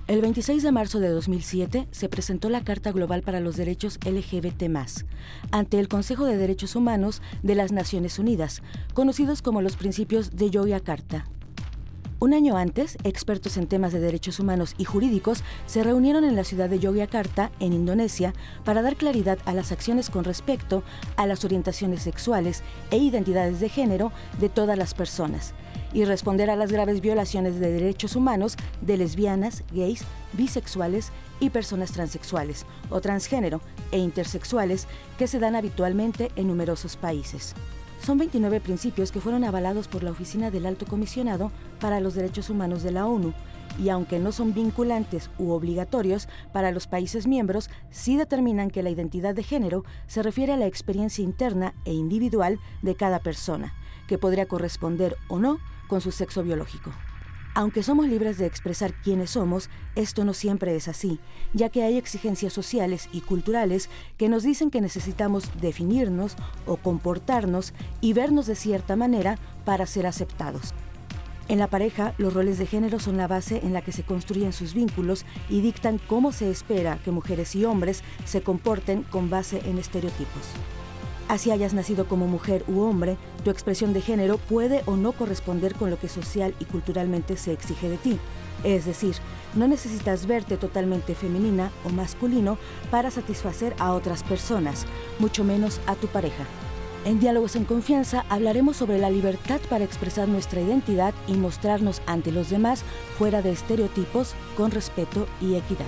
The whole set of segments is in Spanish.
El 26 de marzo de 2007 se presentó la Carta Global para los Derechos LGBT+, ante el Consejo de Derechos Humanos de las Naciones Unidas, conocidos como los Principios de Yogyakarta. Un año antes, expertos en temas de derechos humanos y jurídicos se reunieron en la ciudad de Yogyakarta, en Indonesia, para dar claridad a las acciones con respecto a las orientaciones sexuales e identidades de género de todas las personas, y responder a las graves violaciones de derechos humanos de lesbianas, gays, bisexuales y personas transexuales o transgénero e intersexuales que se dan habitualmente en numerosos países. Son 29 principios que fueron avalados por la Oficina del Alto Comisionado para los Derechos Humanos de la ONU, y aunque no son vinculantes u obligatorios para los países miembros, sí determinan que la identidad de género se refiere a la experiencia interna e individual de cada persona, que podría corresponder o no con su sexo biológico. Aunque somos libres de expresar quiénes somos, esto no siempre es así, ya que hay exigencias sociales y culturales que nos dicen que necesitamos definirnos o comportarnos y vernos de cierta manera para ser aceptados. En la pareja, los roles de género son la base en la que se construyen sus vínculos y dictan cómo se espera que mujeres y hombres se comporten con base en estereotipos. Así hayas nacido como mujer u hombre, tu expresión de género puede o no corresponder con lo que social y culturalmente se exige de ti. Es decir, no necesitas verte totalmente femenina o masculino para satisfacer a otras personas, mucho menos a tu pareja. En Diálogos en Confianza hablaremos sobre la libertad para expresar nuestra identidad y mostrarnos ante los demás fuera de estereotipos, con respeto y equidad.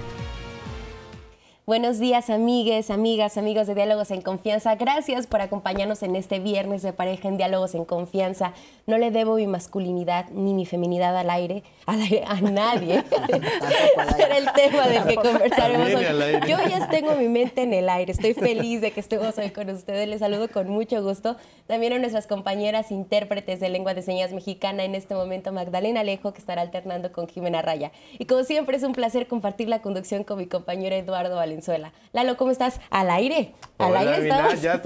Buenos días, amigues, amigas, amigos de Diálogos en Confianza. Gracias por acompañarnos en este viernes de pareja en Diálogos en Confianza. No le debo mi masculinidad ni mi feminidad al aire a nadie. Será el tema del que conversaremos hoy. Yo ya tengo mi mente en el aire. Estoy feliz de que estemos hoy con ustedes. Les saludo con mucho gusto. También a nuestras compañeras intérpretes de lengua de señas mexicana, en este momento Magdalena Alejo, que estará alternando con Jimena Raya. Y como siempre es un placer compartir la conducción con mi compañero Eduardo Valenzuela. Lalo, ¿cómo estás? ¿Al aire? ¿Al Hola, aire estamos? Ya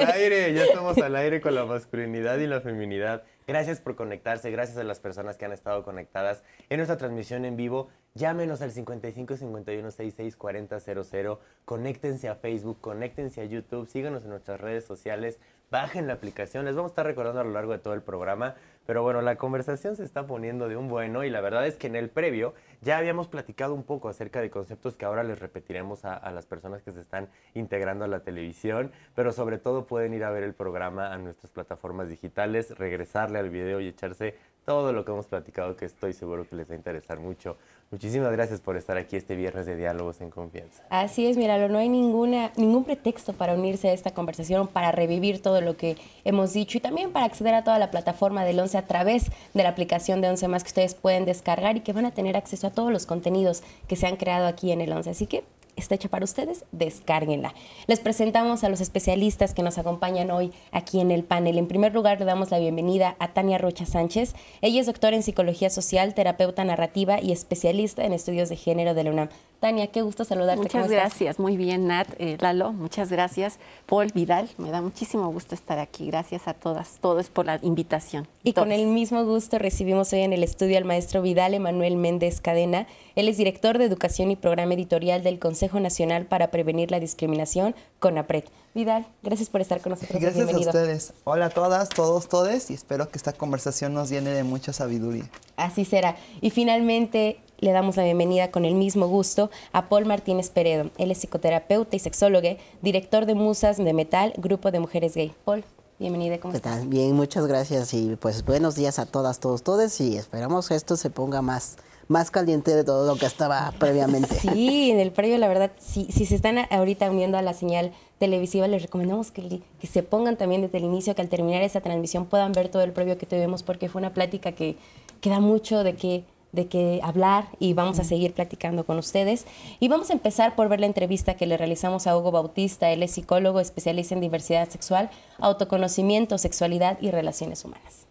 estamos al aire con la masculinidad y la feminidad. Gracias por conectarse, gracias a las personas que han estado conectadas en nuestra transmisión en vivo. Llámenos al 55 51 66 40 00, conéctense a Facebook, conéctense a YouTube, síganos en nuestras redes sociales, bajen la aplicación, les vamos a estar recordando a lo largo de todo el programa. Pero bueno, la conversación se está poniendo de un bueno y la verdad es que en el previo ya habíamos platicado un poco acerca de conceptos que ahora les repetiremos a las personas que se están integrando a la televisión, pero sobre todo pueden ir a ver el programa a nuestras plataformas digitales, regresarle al video y echarse todo lo que hemos platicado, que estoy seguro que les va a interesar mucho. Muchísimas gracias por estar aquí este viernes de Diálogos en Confianza. Así es, míralo, no hay ningún pretexto para unirse a esta conversación, para revivir todo lo que hemos dicho y también para acceder a toda la plataforma del 11 a través de la aplicación de 11 Más que ustedes pueden descargar y que van a tener acceso a todos los contenidos que se han creado aquí en el 11. Así que está hecha para ustedes, descárguenla. Les presentamos a los especialistas que nos acompañan hoy aquí en el panel. En primer lugar, le damos la bienvenida a Tania Rocha Sánchez. Ella es doctora en Psicología Social, terapeuta narrativa y especialista en estudios de género de la UNAM. Tania, qué gusto saludarte. Muchas gracias, muy bien, Nat, Lalo, muchas gracias. Paul, Vidal, me da muchísimo gusto estar aquí. Gracias a todos por la invitación. Y con el mismo gusto recibimos hoy en el estudio al maestro Vidal Emanuel Méndez Cadena. Él es director de Educación y Programa Editorial del Consejo Nacional para Prevenir la Discriminación, CONAPRED. Vidal, gracias por estar con nosotros. Gracias Bienvenido. a ustedes. Hola a todas, todos, todes, y espero que esta conversación nos llene de mucha sabiduría. Así será. Y finalmente le damos la bienvenida con el mismo gusto a Paul Martínez Peredo. Él es psicoterapeuta y sexólogo, director de Musas de Metal, grupo de mujeres gay. Paul, bienvenida, ¿cómo estás? Bien, muchas gracias y pues buenos días a todas, todos, todes, y esperamos que esto se ponga más caliente de todo lo que estaba previamente. Sí, en el previo, la verdad, si se están ahorita uniendo a la señal televisiva, les recomendamos que se pongan también desde el inicio, que al terminar esta transmisión puedan ver todo el previo que tuvimos, porque fue una plática que da mucho de qué hablar y vamos a seguir platicando con ustedes. Y vamos a empezar por ver la entrevista que le realizamos a Hugo Bautista. Él es psicólogo, especialista en diversidad sexual, autoconocimiento, sexualidad y relaciones humanas.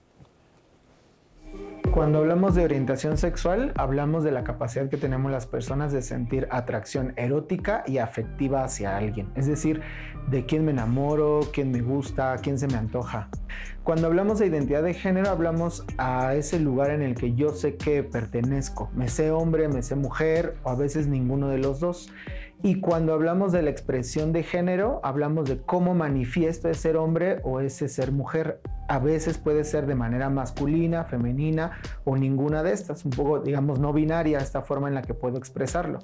Cuando hablamos de orientación sexual, hablamos de la capacidad que tenemos las personas de sentir atracción erótica y afectiva hacia alguien. Es decir, de quién me enamoro, quién me gusta, quién se me antoja. Cuando hablamos de identidad de género, hablamos a ese lugar en el que yo sé que pertenezco. Me sé hombre, me sé mujer, o a veces ninguno de los dos. Y cuando hablamos de la expresión de género, hablamos de cómo manifiesto ese ser hombre o ese ser mujer. A veces puede ser de manera masculina, femenina o ninguna de estas, un poco, digamos, no binaria esta forma en la que puedo expresarlo.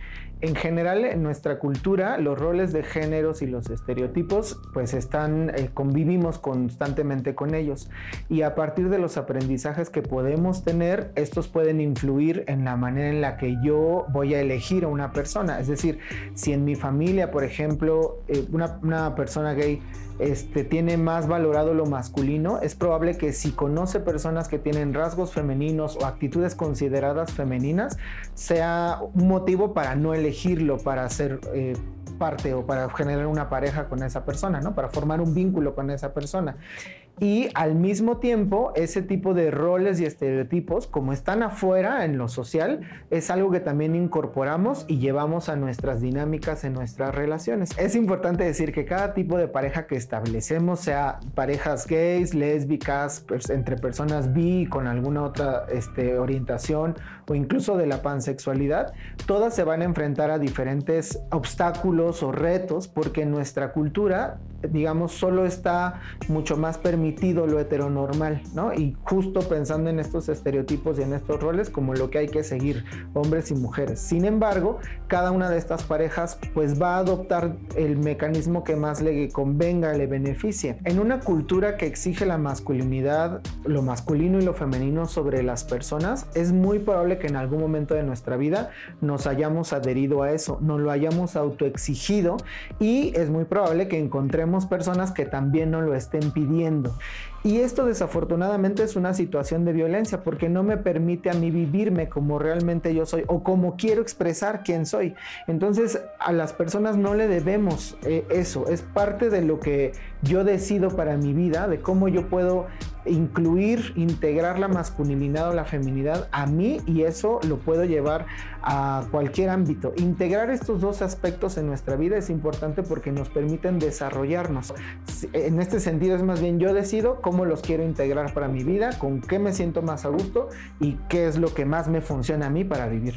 En general, en nuestra cultura, los roles de géneros y los estereotipos, pues convivimos constantemente con ellos. Y a partir de los aprendizajes que podemos tener, estos pueden influir en la manera en la que yo voy a elegir a una persona. Es decir, si en mi familia, por ejemplo, una persona gay tiene más valorado lo masculino, es probable que si conoce personas que tienen rasgos femeninos o actitudes consideradas femeninas, sea un motivo para no elegirlo, para ser parte o para generar una pareja con esa persona, ¿no? Para formar un vínculo con esa persona. Y al mismo tiempo, ese tipo de roles y estereotipos, como están afuera en lo social, es algo que también incorporamos y llevamos a nuestras dinámicas en nuestras relaciones. Es importante decir que cada tipo de pareja que establecemos, sea parejas gays, lésbicas, entre personas bi con alguna otra orientación o incluso de la pansexualidad, todas se van a enfrentar a diferentes obstáculos o retos porque en nuestra cultura, digamos, solo está mucho más permitido lo heteronormal, ¿no? Y justo pensando en estos estereotipos y en estos roles como lo que hay que seguir, hombres y mujeres. Sin embargo, cada una de estas parejas pues va a adoptar el mecanismo que más le convenga, le beneficie. En una cultura que exige la masculinidad, lo masculino y lo femenino sobre las personas, es muy probable que en algún momento de nuestra vida nos hayamos adherido a eso, nos lo hayamos autoexigido y es muy probable que encontremos personas que también nos lo estén pidiendo. Y esto desafortunadamente es una situación de violencia porque no me permite a mí vivirme como realmente yo soy o como quiero expresar quién soy. Entonces a las personas no le debemos eso, es parte de lo que yo decido para mi vida, de cómo yo puedo integrar la masculinidad o la feminidad a mí y eso lo puedo llevar a cualquier ámbito. Integrar estos dos aspectos en nuestra vida es importante porque nos permiten desarrollarnos. En este sentido es más bien yo decido cómo los quiero integrar para mi vida, con qué me siento más a gusto y qué es lo que más me funciona a mí para vivir.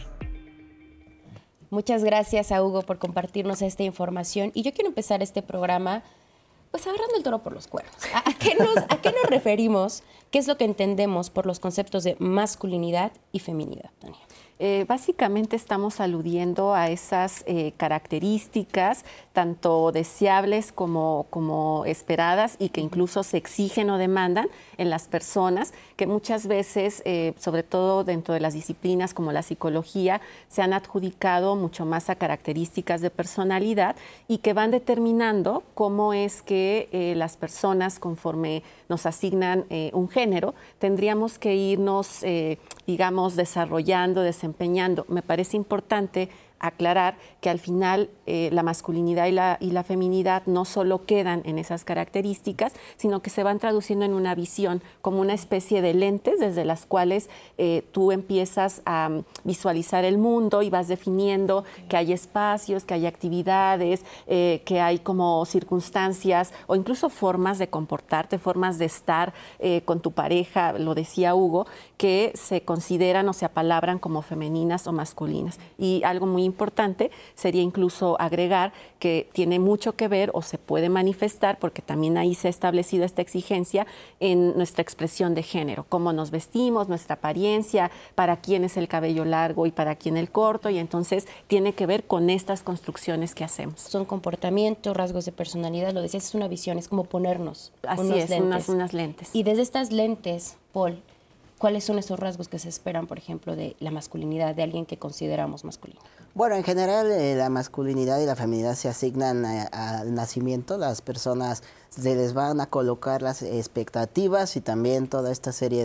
Muchas gracias a Hugo por compartirnos esta información y yo quiero empezar este programa pues agarrando el toro por los cuernos. ¿A qué nos referimos? ¿Qué es lo que entendemos por los conceptos de masculinidad y feminidad, Tania? Básicamente estamos aludiendo a esas características tanto deseables como esperadas y que incluso se exigen o demandan en las personas que muchas veces, sobre todo dentro de las disciplinas como la psicología, se han adjudicado mucho más a características de personalidad y que van determinando cómo es que las personas, conforme nos asignan un género, tendríamos que irnos, digamos, desarrollando, desempeñando. Me parece importante aclarar que al final la masculinidad y la feminidad no solo quedan en esas características, sino que se van traduciendo en una visión como una especie de lentes desde las cuales tú empiezas a visualizar el mundo y vas definiendo que hay espacios, que hay actividades, que hay como circunstancias o incluso formas de comportarte, formas de estar con tu pareja, lo decía Hugo, que se consideran o se apalabran como femeninas o masculinas. Y algo muy importante sería incluso agregar que tiene mucho que ver o se puede manifestar, porque también ahí se ha establecido esta exigencia en nuestra expresión de género, cómo nos vestimos, nuestra apariencia, para quién es el cabello largo y para quién el corto, y entonces tiene que ver con estas construcciones que hacemos. Son comportamientos, rasgos de personalidad, lo decías, es una visión, es como ponernos unas lentes. Y desde estas lentes, Paul, ¿cuáles son esos rasgos que se esperan, por ejemplo, de la masculinidad de alguien que consideramos masculino? Bueno, en general la masculinidad y la feminidad se asignan al nacimiento. Las personas se les van a colocar las expectativas y también toda esta serie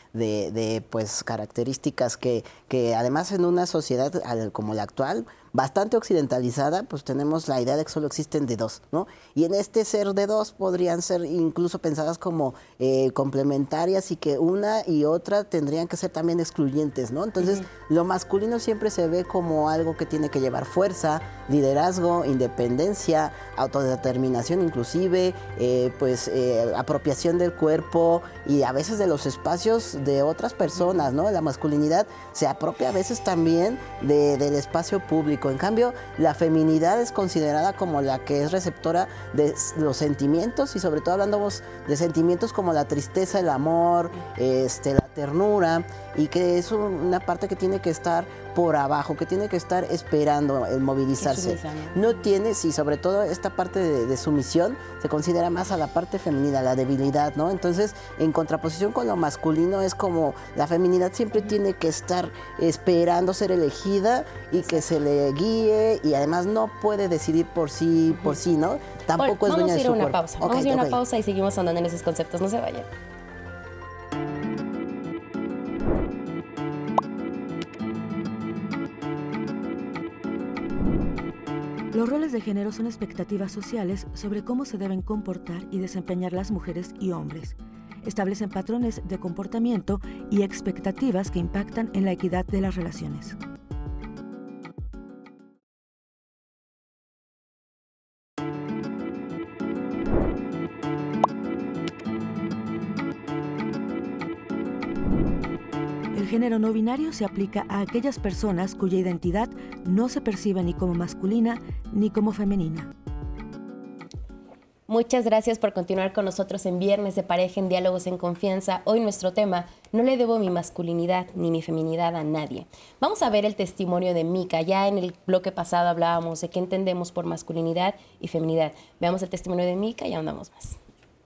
de pues características que además en una sociedad como la actual, bastante occidentalizada, pues tenemos la idea de que solo existen de dos, ¿no? Y en este ser de dos podrían ser incluso pensadas como complementarias y que una y otra tendrían que ser también excluyentes, ¿no? Entonces, lo masculino siempre se ve como algo algo que tiene que llevar fuerza, liderazgo, independencia, autodeterminación inclusive, apropiación del cuerpo y a veces de los espacios de otras personas, ¿no? La masculinidad se apropia a veces también del espacio público. En cambio, la feminidad es considerada como la que es receptora de los sentimientos y sobre todo hablando de sentimientos como la tristeza, el amor, la ternura, y que es una parte que tiene que estar por abajo, que tiene que estar esperando el movilizarse. No tiene, sí, sobre todo esta parte de sumisión se considera más a la parte femenina, la debilidad, ¿no? Entonces, en contraposición con lo masculino, es como la feminidad siempre tiene que estar esperando ser elegida y que se le guíe, y además no puede decidir por sí, ¿no? Tampoco es dueña de su cuerpo. Vamos a ir a una pausa y seguimos andando en esos conceptos. No se vayan. Los roles de género son expectativas sociales sobre cómo se deben comportar y desempeñar las mujeres y hombres. Establecen patrones de comportamiento y expectativas que impactan en la equidad de las relaciones. El género no binario se aplica a aquellas personas cuya identidad no se percibe ni como masculina ni como femenina. Muchas gracias por continuar con nosotros en Viernes de Pareja en Diálogos en Confianza. Hoy nuestro tema, no le debo mi masculinidad ni mi feminidad a nadie. Vamos a ver el testimonio de Mika. Ya en el bloque pasado hablábamos de qué entendemos por masculinidad y feminidad. Veamos el testimonio de Mika y ahondamos más.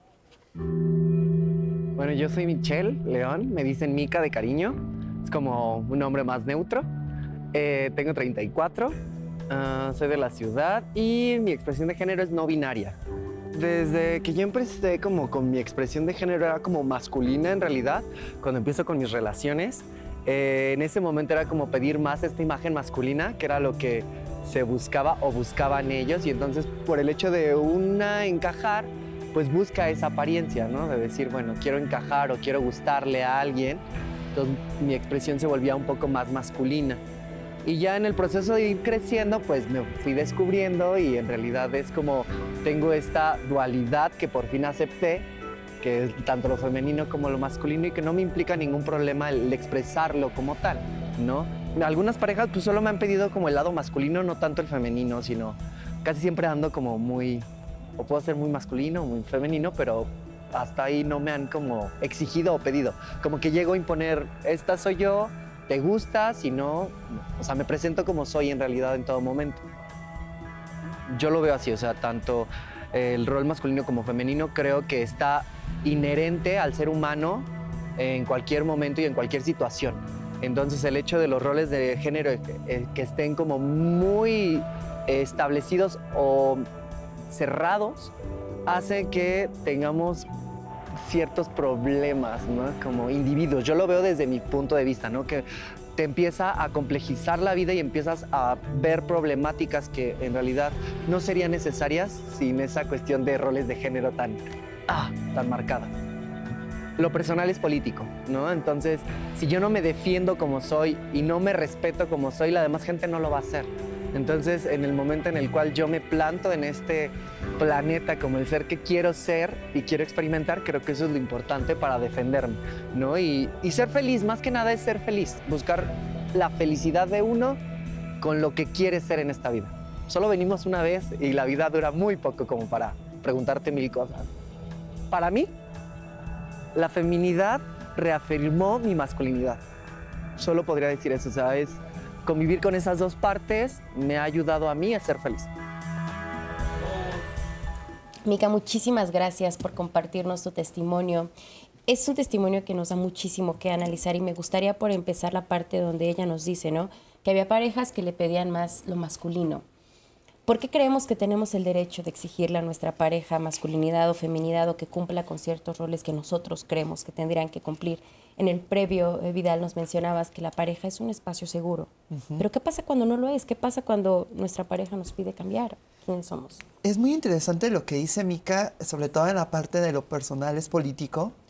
Bueno, yo soy Michelle León, me dicen Mika de cariño, es como un nombre más neutro. Tengo 34, soy de la ciudad y mi expresión de género es no binaria. Desde que yo empecé como con mi expresión de género era como masculina en realidad, cuando empiezo con mis relaciones, en ese momento era como pedir más esta imagen masculina, que era lo que se buscaba o buscaban ellos, y entonces por el hecho de una encajar, pues busca esa apariencia, ¿no? De decir, bueno, quiero encajar o quiero gustarle a alguien. Entonces mi expresión se volvía un poco más masculina. Y ya en el proceso de ir creciendo, pues me fui descubriendo y en realidad es como tengo esta dualidad que por fin acepté, que es tanto lo femenino como lo masculino y que no me implica ningún problema el expresarlo como tal, ¿no? Algunas parejas pues solo me han pedido como el lado masculino, no tanto el femenino, sino casi siempre ando como muy... o puedo ser muy masculino o muy femenino, pero hasta ahí no me han como exigido o pedido. Como que llego a imponer, esta soy yo, te gusta, si no, o sea, me presento como soy en realidad en todo momento. Yo lo veo así, o sea, tanto el rol masculino como femenino creo que está inherente al ser humano en cualquier momento y en cualquier situación. Entonces el hecho de los roles de género que estén como muy establecidos o cerrados hace que tengamos ciertos problemas, ¿no? Como individuos. Yo lo veo desde mi punto de vista, ¿no? Que te empieza a complejizar la vida y empiezas a ver problemáticas que en realidad no serían necesarias sin esa cuestión de roles de género tan marcada. Lo personal es político, ¿no? Entonces, si yo no me defiendo como soy y no me respeto como soy, la demás gente no lo va a hacer. Entonces, en el momento en el cual yo me planto en este planeta como el ser que quiero ser y quiero experimentar, creo que eso es lo importante para defenderme, ¿no? Y ser feliz, más que nada es ser feliz, buscar la felicidad de uno con lo que quieres ser en esta vida. Solo venimos una vez y la vida dura muy poco como para preguntarte mil cosas. Para mí, la feminidad reafirmó mi masculinidad. Solo podría decir eso, o sea, convivir con esas dos partes me ha ayudado a mí a ser feliz. Mika, muchísimas gracias por compartirnos tu testimonio. Es un testimonio que nos da muchísimo que analizar y me gustaría por empezar la parte donde ella nos dice, ¿no? Que había parejas que le pedían más lo masculino. ¿Por qué creemos que tenemos el derecho de exigirle a nuestra pareja masculinidad o feminidad o que cumpla con ciertos roles que nosotros creemos que tendrían que cumplir? En el previo, Vidal, nos mencionabas que la pareja es un espacio seguro. Pero ¿qué pasa cuando no lo es? ¿Qué pasa cuando nuestra pareja nos pide cambiar quiénes somos? Es muy interesante lo que dice Mika, sobre todo en la parte de lo personal es político,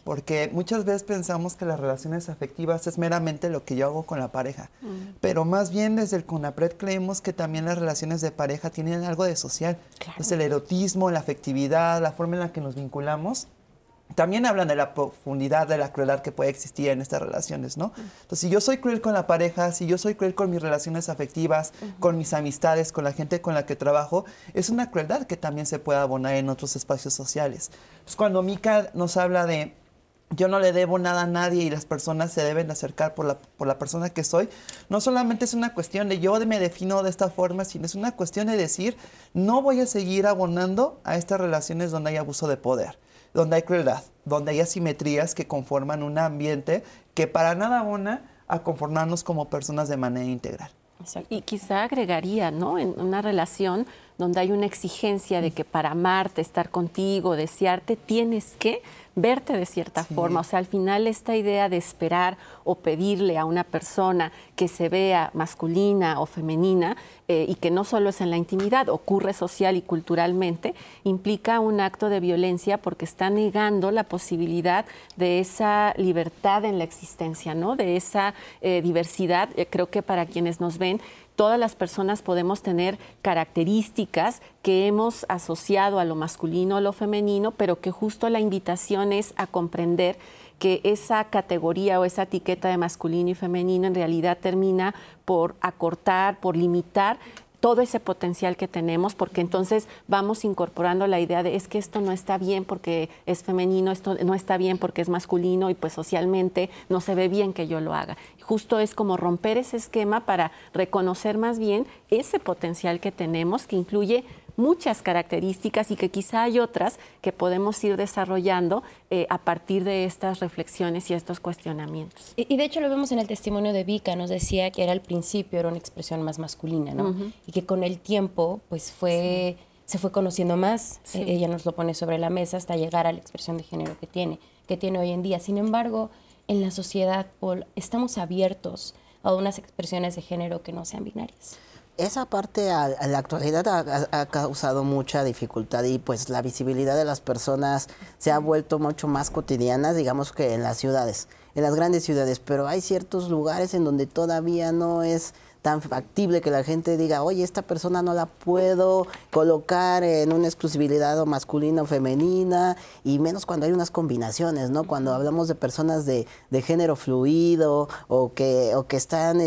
porque muchas veces pensamos que las relaciones afectivas es meramente lo que yo hago con la pareja, pero más bien desde el CONAPRED creemos que también las relaciones de pareja tienen algo de social. Claro. Entonces el erotismo, la afectividad, la forma en la que nos vinculamos, también hablan de la profundidad, de la crueldad que puede existir en estas relaciones, ¿no? Entonces, si yo soy cruel con la pareja, si yo soy cruel con mis relaciones afectivas, con mis amistades, con la gente con la que trabajo, es una crueldad que también se puede abonar en otros espacios sociales. Entonces, cuando Mika nos habla de yo no le debo nada a nadie y las personas se deben acercar por la persona que soy, no solamente es una cuestión de yo me defino de esta forma, sino es una cuestión de decir, no voy a seguir abonando a estas relaciones donde hay abuso de poder, donde hay crueldad, donde hay asimetrías que conforman un ambiente que para nada abona a conformarnos como personas de manera integral. Y quizá agregaría, ¿no? En una relación donde hay una exigencia de que para amarte, estar contigo, desearte, tienes que verte de cierta forma. O sea, al final esta idea de esperar o pedirle a una persona que se vea masculina o femenina y que no solo es en la intimidad, ocurre social y culturalmente, implica un acto de violencia porque está negando la posibilidad de esa libertad en la existencia, ¿no? De esa diversidad. Creo que para quienes nos ven, todas las personas podemos tener características que hemos asociado a lo masculino, a lo femenino, pero que justo la invitación es a comprender que esa categoría o esa etiqueta de masculino y femenino en realidad termina por acortar, por limitar todo ese potencial que tenemos, porque entonces vamos incorporando la idea de es que esto no está bien porque es femenino, esto no está bien porque es masculino y pues socialmente no se ve bien que yo lo haga. Justo es como romper ese esquema para reconocer más bien ese potencial que tenemos, que incluye muchas características y que quizá hay otras que podemos ir desarrollando a partir de estas reflexiones y estos cuestionamientos. Y de hecho lo vemos en el testimonio de Vika, nos decía que al principio era una expresión más masculina, ¿no? Y que con el tiempo pues se fue conociendo más, ella nos lo pone sobre la mesa hasta llegar a la expresión de género que tiene hoy en día. Sin embargo, en la sociedad, Paul, estamos abiertos a unas expresiones de género que no sean binarias. Esa parte a la actualidad ha causado mucha dificultad y pues la visibilidad de las personas se ha vuelto mucho más cotidiana, digamos que en las ciudades, en las grandes ciudades, pero hay ciertos lugares en donde todavía no es tan factible que la gente diga, oye, esta persona no la puedo colocar en una exclusividad o masculina o femenina, y menos cuando hay unas combinaciones, ¿no? Cuando hablamos de personas de género fluido o que están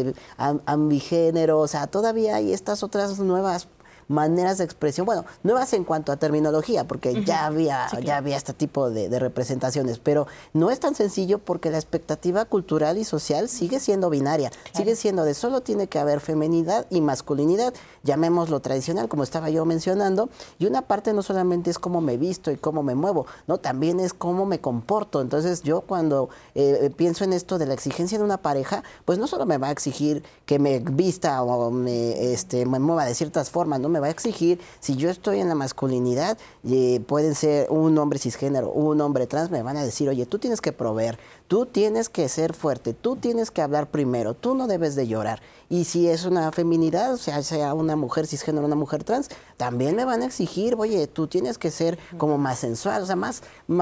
ambigénero, o sea, todavía hay estas otras nuevas maneras de expresión, bueno, nuevas en cuanto a terminología, porque ya había este tipo de representaciones, pero no es tan sencillo porque la expectativa cultural y social sigue siendo binaria, sigue siendo de solo tiene que haber feminidad y masculinidad, llamémoslo tradicional, como estaba yo mencionando, y una parte no solamente es cómo me visto y cómo me muevo, no, también es cómo me comporto. Entonces yo cuando pienso en esto de la exigencia de una pareja, pues no solo me va a exigir que me vista o me mueva de ciertas formas, no me va a exigir, si yo estoy en la masculinidad, pueden ser un hombre cisgénero, un hombre trans, me van a decir, oye, tú tienes que proveer, tú tienes que ser fuerte, tú tienes que hablar primero, tú no debes de llorar. Y si es una feminidad, o sea una mujer cisgénero, una mujer trans, también me van a exigir, oye, tú tienes que ser como más sensual, o sea, más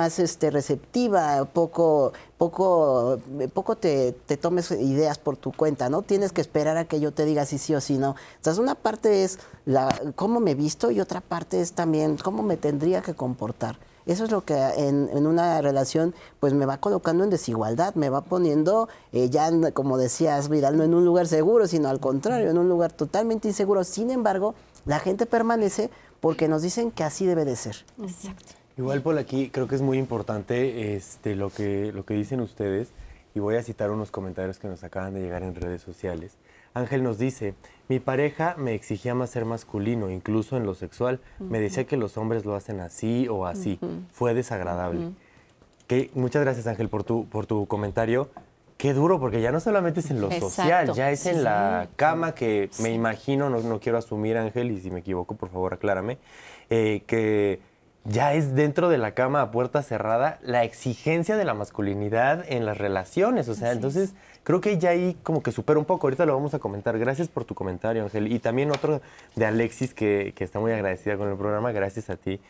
receptiva, poco te tomes ideas por tu cuenta, ¿no? Tienes que esperar a que yo te diga si sí o si no. Entonces, una parte es cómo me visto y otra parte es también cómo me tendría que comportar. Eso es lo que en una relación pues me va colocando en desigualdad, me va poniendo como decías Vidal, no en un lugar seguro, sino al contrario, en un lugar totalmente inseguro. Sin embargo, la gente permanece porque nos dicen que así debe de ser. Exacto. Igual por aquí creo que es muy importante lo que dicen ustedes, y voy a citar unos comentarios que nos acaban de llegar en redes sociales. Ángel nos dice, mi pareja me exigía más ser masculino, incluso en lo sexual. Me decía que los hombres lo hacen así o así. Fue desagradable. Muchas gracias, Ángel, por tu comentario. Qué duro, porque ya no solamente es en lo social, ya es en la cama, que me imagino, no quiero asumir, Ángel, y si me equivoco, por favor, aclárame, que ya es dentro de la cama a puerta cerrada la exigencia de la masculinidad en las relaciones. O sea, entonces creo que ya ahí como que supera un poco. Ahorita lo vamos a comentar. Gracias por tu comentario, Ángel. Y también otro de Alexis que está muy agradecida con el programa. Gracias a ti.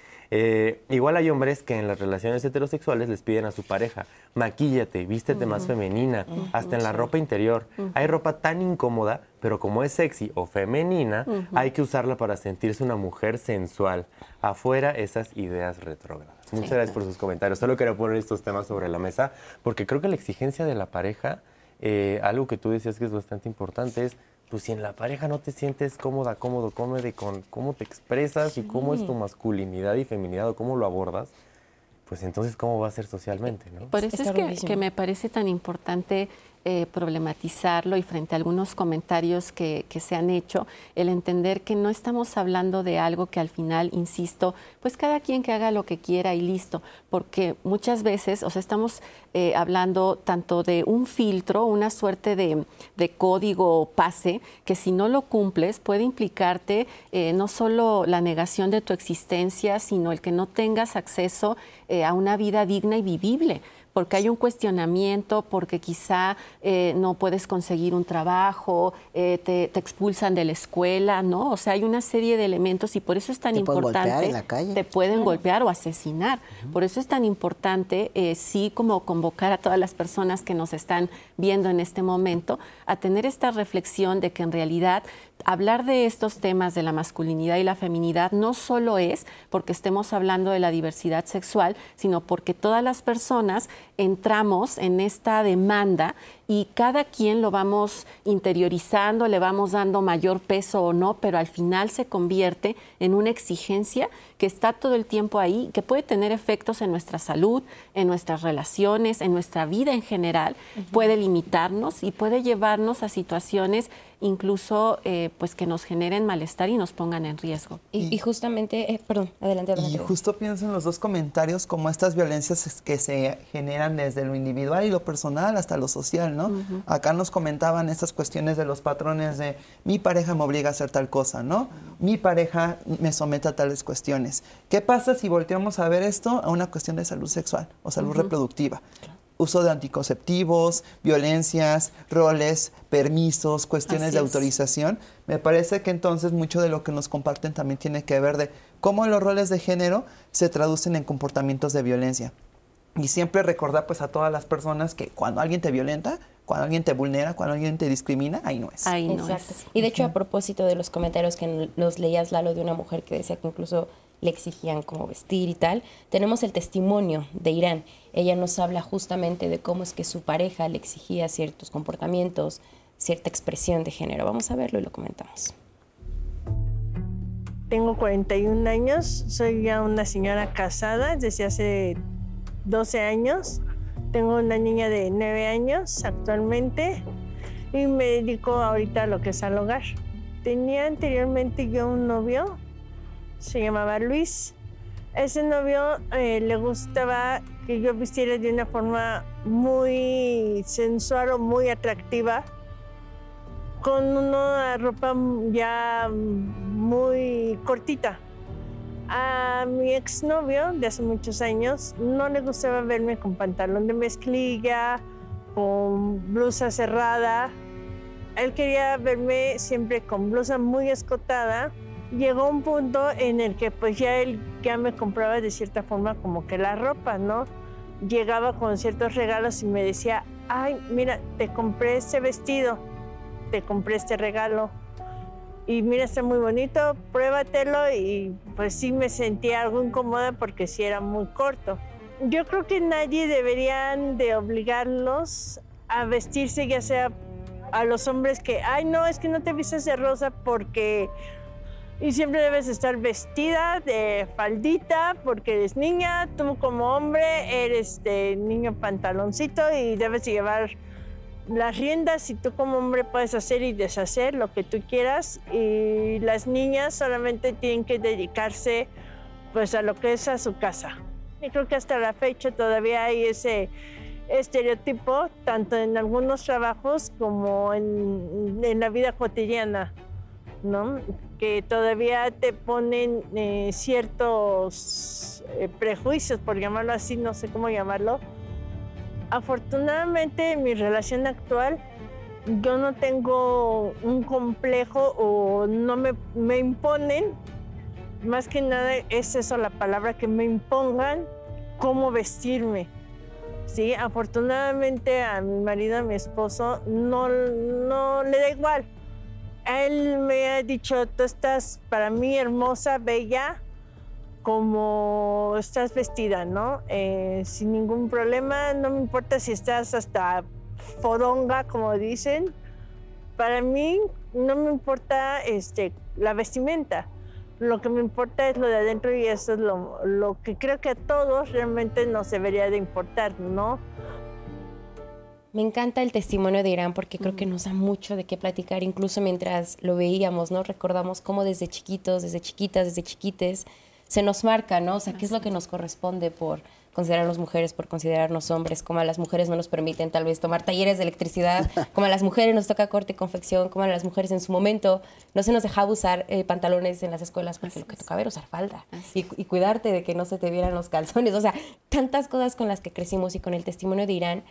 Igual hay hombres que en las relaciones heterosexuales les piden a su pareja, maquíllate, vístete más femenina, hasta en la ropa interior. Hay ropa tan incómoda, pero como es sexy o femenina, hay que usarla para sentirse una mujer sensual. Afuera esas ideas retrógradas. Muchas gracias por sus comentarios. Solo quería poner estos temas sobre la mesa, porque creo que la exigencia de la pareja, algo que tú decías que es bastante importante, es pues si en la pareja no te sientes cómoda, cómodo con cómo te expresas y cómo es tu masculinidad y feminidad o cómo lo abordas, pues entonces cómo va a ser socialmente, ¿no? Por eso es que me parece tan importante problematizarlo y frente a algunos comentarios que se han hecho, el entender que no estamos hablando de algo que al final, insisto, pues cada quien que haga lo que quiera y listo, porque muchas veces, o sea, estamos hablando tanto de un filtro, una suerte de código pase, que si no lo cumples puede implicarte no solo la negación de tu existencia, sino el que no tengas acceso a una vida digna y vivible, porque hay un cuestionamiento, porque quizá no puedes conseguir un trabajo, te expulsan de la escuela, ¿no? O sea, hay una serie de elementos y por eso es tan importante. Te pueden golpear en la calle. Te pueden golpear o asesinar. Por eso es tan importante, sí, como convocar a todas las personas que nos están viendo en este momento a tener esta reflexión de que en realidad hablar de estos temas de la masculinidad y la feminidad no solo es porque estemos hablando de la diversidad sexual, sino porque todas las personas entramos en esta demanda y cada quien lo vamos interiorizando, le vamos dando mayor peso o no, pero al final se convierte en una exigencia que está todo el tiempo ahí, que puede tener efectos en nuestra salud, en nuestras relaciones, en nuestra vida en general, puede limitarnos y puede llevarnos a situaciones incluso pues que nos generen malestar y nos pongan en riesgo. Y justamente, perdón, adelante. Y justo pienso en los dos comentarios como estas violencias que se generan desde lo individual y lo personal hasta lo social, ¿no? Acá nos comentaban estas cuestiones de los patrones de mi pareja me obliga a hacer tal cosa, ¿no? Mi pareja me somete a tales cuestiones. ¿Qué pasa si volteamos a ver esto a una cuestión de salud sexual o salud reproductiva? Uso de anticonceptivos, violencias, roles, permisos, cuestiones de autorización. Me parece que entonces mucho de lo que nos comparten también tiene que ver de cómo los roles de género se traducen en comportamientos de violencia. Y siempre recordar pues a todas las personas que cuando alguien te violenta, cuando alguien te vulnera, cuando alguien te discrimina, ahí no es. Ahí no Exacto. es. Y de hecho, a propósito de los comentarios que nos leías, Lalo, de una mujer que decía que incluso le exigían cómo vestir y tal, tenemos el testimonio de Irán. Ella nos habla justamente de cómo es que su pareja le exigía ciertos comportamientos, cierta expresión de género. Vamos a verlo y lo comentamos. Tengo 41 años, soy ya una señora casada desde hace 12 años. Tengo una niña de 9 años actualmente y me dedico ahorita a lo que es al hogar. Tenía anteriormente yo un novio, se llamaba Luis. Ese novio le gustaba que yo vistiera de una forma muy sensual o muy atractiva, con una ropa ya muy cortita. A mi exnovio de hace muchos años no le gustaba verme con pantalón de mezclilla, con blusa cerrada. Él quería verme siempre con blusa muy escotada. Llegó un punto en el que pues él ya me compraba de cierta forma como que la ropa, ¿no? Llegaba con ciertos regalos y me decía, ay, mira, te compré este vestido, te compré este regalo y mira, está muy bonito, pruébatelo. Y pues sí me sentía algo incómoda porque sí era muy corto. Yo creo que nadie deberían de obligarlos a vestirse, ya sea a los hombres que, ay, no, es que no te vistes de rosa porque... Y siempre debes estar vestida de faldita porque eres niña, tú como hombre eres de niño pantaloncito y debes llevar las riendas y tú como hombre puedes hacer y deshacer lo que tú quieras y las niñas solamente tienen que dedicarse pues a lo que es a su casa. Y creo que hasta la fecha todavía hay ese estereotipo tanto en algunos trabajos como en la vida cotidiana, ¿no? Que todavía te ponen ciertos prejuicios, por llamarlo así, no sé cómo llamarlo, Afortunadamente en mi relación actual yo no tengo un complejo o no me imponen, más que nada es eso la palabra, que me impongan cómo vestirme. Sí, afortunadamente a mi marido, a mi esposo, no le da igual. Él me ha dicho, tú estás para mí hermosa, bella, como estás vestida, ¿no? Sin ningún problema, no me importa si estás hasta fodonga, como dicen. Para mí no me importa la vestimenta. Lo que me importa es lo de adentro y eso es lo que creo que a todos realmente nos debería de importar, ¿no? Me encanta el testimonio de Irán porque creo que nos da mucho de qué platicar, incluso mientras lo veíamos, ¿no? Recordamos cómo desde chiquitos, desde chiquitas, desde chiquites, se nos marca, ¿no? O sea, qué es lo que nos corresponde por considerarnos mujeres, por considerarnos hombres, como a las mujeres no nos permiten tal vez tomar talleres de electricidad, como a las mujeres nos toca corte y confección, como a las mujeres en su momento no se nos dejaba usar pantalones en las escuelas porque lo que tocaba era usar falda y cuidarte de que no se te vieran los calzones. O sea, tantas cosas con las que crecimos, y con el testimonio de Irán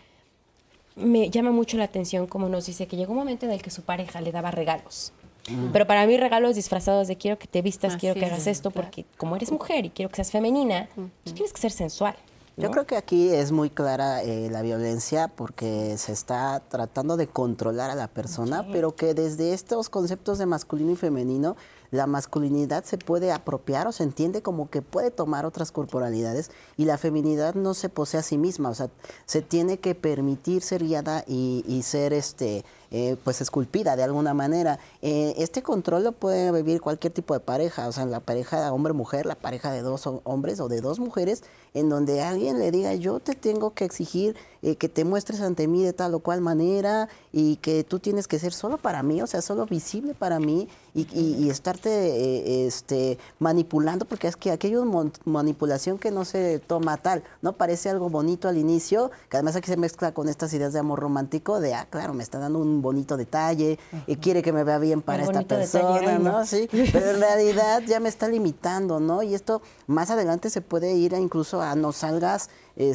me llama mucho la atención como nos dice que llegó un momento en el que su pareja le daba regalos. Pero para mí regalos disfrazados de quiero que te vistas, quiero que hagas esto, porque como eres mujer y quiero que seas femenina, pues tienes que ser sensual, ¿no? Yo creo que aquí es muy clara la violencia porque se está tratando de controlar a la persona, pero que desde estos conceptos de masculino y femenino, la masculinidad se puede apropiar o se entiende como que puede tomar otras corporalidades y la feminidad no se posee a sí misma, o sea, se tiene que permitir ser guiada y ser pues esculpida de alguna manera. Este control lo puede vivir cualquier tipo de pareja, o sea, la pareja hombre-mujer, la pareja de dos hombres o de dos mujeres, en donde alguien le diga, yo te tengo que exigir que te muestres ante mí de tal o cual manera y que tú tienes que ser solo para mí, o sea, solo visible para mí y estarte manipulando, porque es que aquí hay una manipulación que no se toma tal, ¿no? Parece algo bonito al inicio, que además aquí se mezcla con estas ideas de amor romántico, de, claro, me está dando un bonito detalle, quiere que me vea bien para esta persona, ¿no? Sí, pero en realidad ya me está limitando, ¿no? Y esto más adelante se puede ir incluso a no salgas,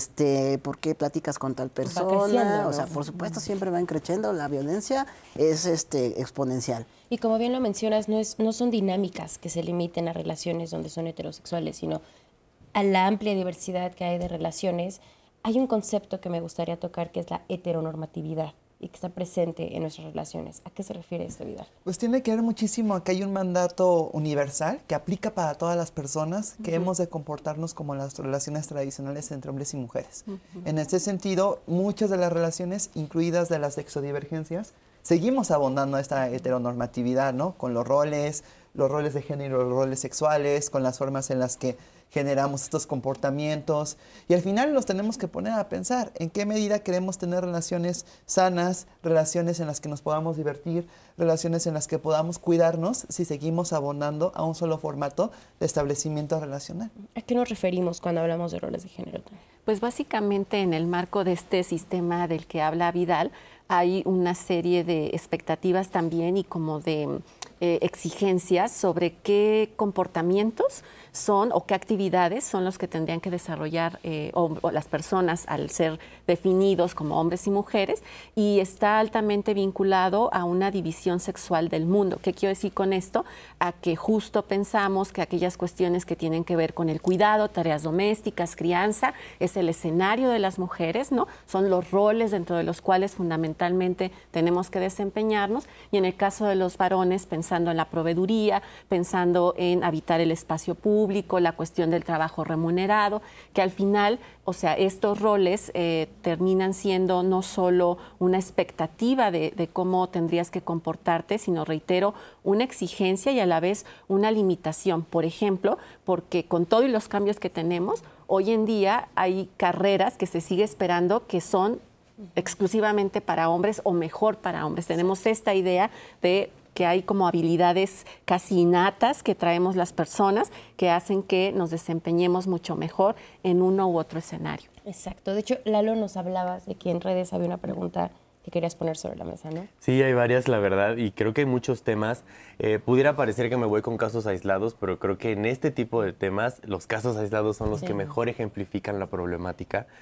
porque platicas con tal persona, ¿no? O sea, por supuesto siempre va creciendo, la violencia es exponencial. Y como bien lo mencionas, no son dinámicas que se limiten a relaciones donde son heterosexuales, sino a la amplia diversidad que hay de relaciones. Hay un concepto que me gustaría tocar que es la heteronormatividad y que está presente en nuestras relaciones. ¿A qué se refiere esto, Vidal? Pues tiene que ver muchísimo que hay un mandato universal que aplica para todas las personas, que hemos de comportarnos como las relaciones tradicionales entre hombres y mujeres. En este sentido, muchas de las relaciones, incluidas de las sexodivergencias, seguimos abondando esta heteronormatividad, ¿no? Con los roles de género, los roles sexuales, con las formas en las que generamos estos comportamientos. Y al final nos tenemos que poner a pensar en qué medida queremos tener relaciones sanas, relaciones en las que nos podamos divertir, relaciones en las que podamos cuidarnos si seguimos abonando a un solo formato de establecimiento relacional. ¿A qué nos referimos cuando hablamos de roles de género? Pues básicamente en el marco de este sistema del que habla Vidal, hay una serie de expectativas también y como de exigencias sobre qué comportamientos son o qué actividades son los que tendrían que desarrollar o las personas al ser definidos como hombres y mujeres, y está altamente vinculado a una división sexual del mundo. ¿Qué quiero decir con esto? A que justo pensamos que aquellas cuestiones que tienen que ver con el cuidado, tareas domésticas, crianza, es el escenario de las mujeres, ¿no? Son los roles dentro de los cuales fundamentalmente tenemos que desempeñarnos, y en el caso de los varones, pensando en la proveeduría, pensando en habitar el espacio público, la cuestión del trabajo remunerado, que al final, o sea, estos roles terminan siendo no solo una expectativa de cómo tendrías que comportarte, sino, reitero, una exigencia y a la vez una limitación. Por ejemplo, porque con todos los cambios que tenemos, hoy en día hay carreras que se sigue esperando que son exclusivamente para hombres o mejor para hombres. Tenemos esta idea de que hay como habilidades casi innatas que traemos las personas que hacen que nos desempeñemos mucho mejor en uno u otro escenario. Exacto. De hecho, Lalo, nos hablabas de que en redes había una pregunta que querías poner sobre la mesa, ¿no? Sí, hay varias, la verdad, y creo que hay muchos temas. Pudiera parecer que me voy con casos aislados, pero creo que en este tipo de temas los casos aislados son los que mejor ejemplifican la problemática.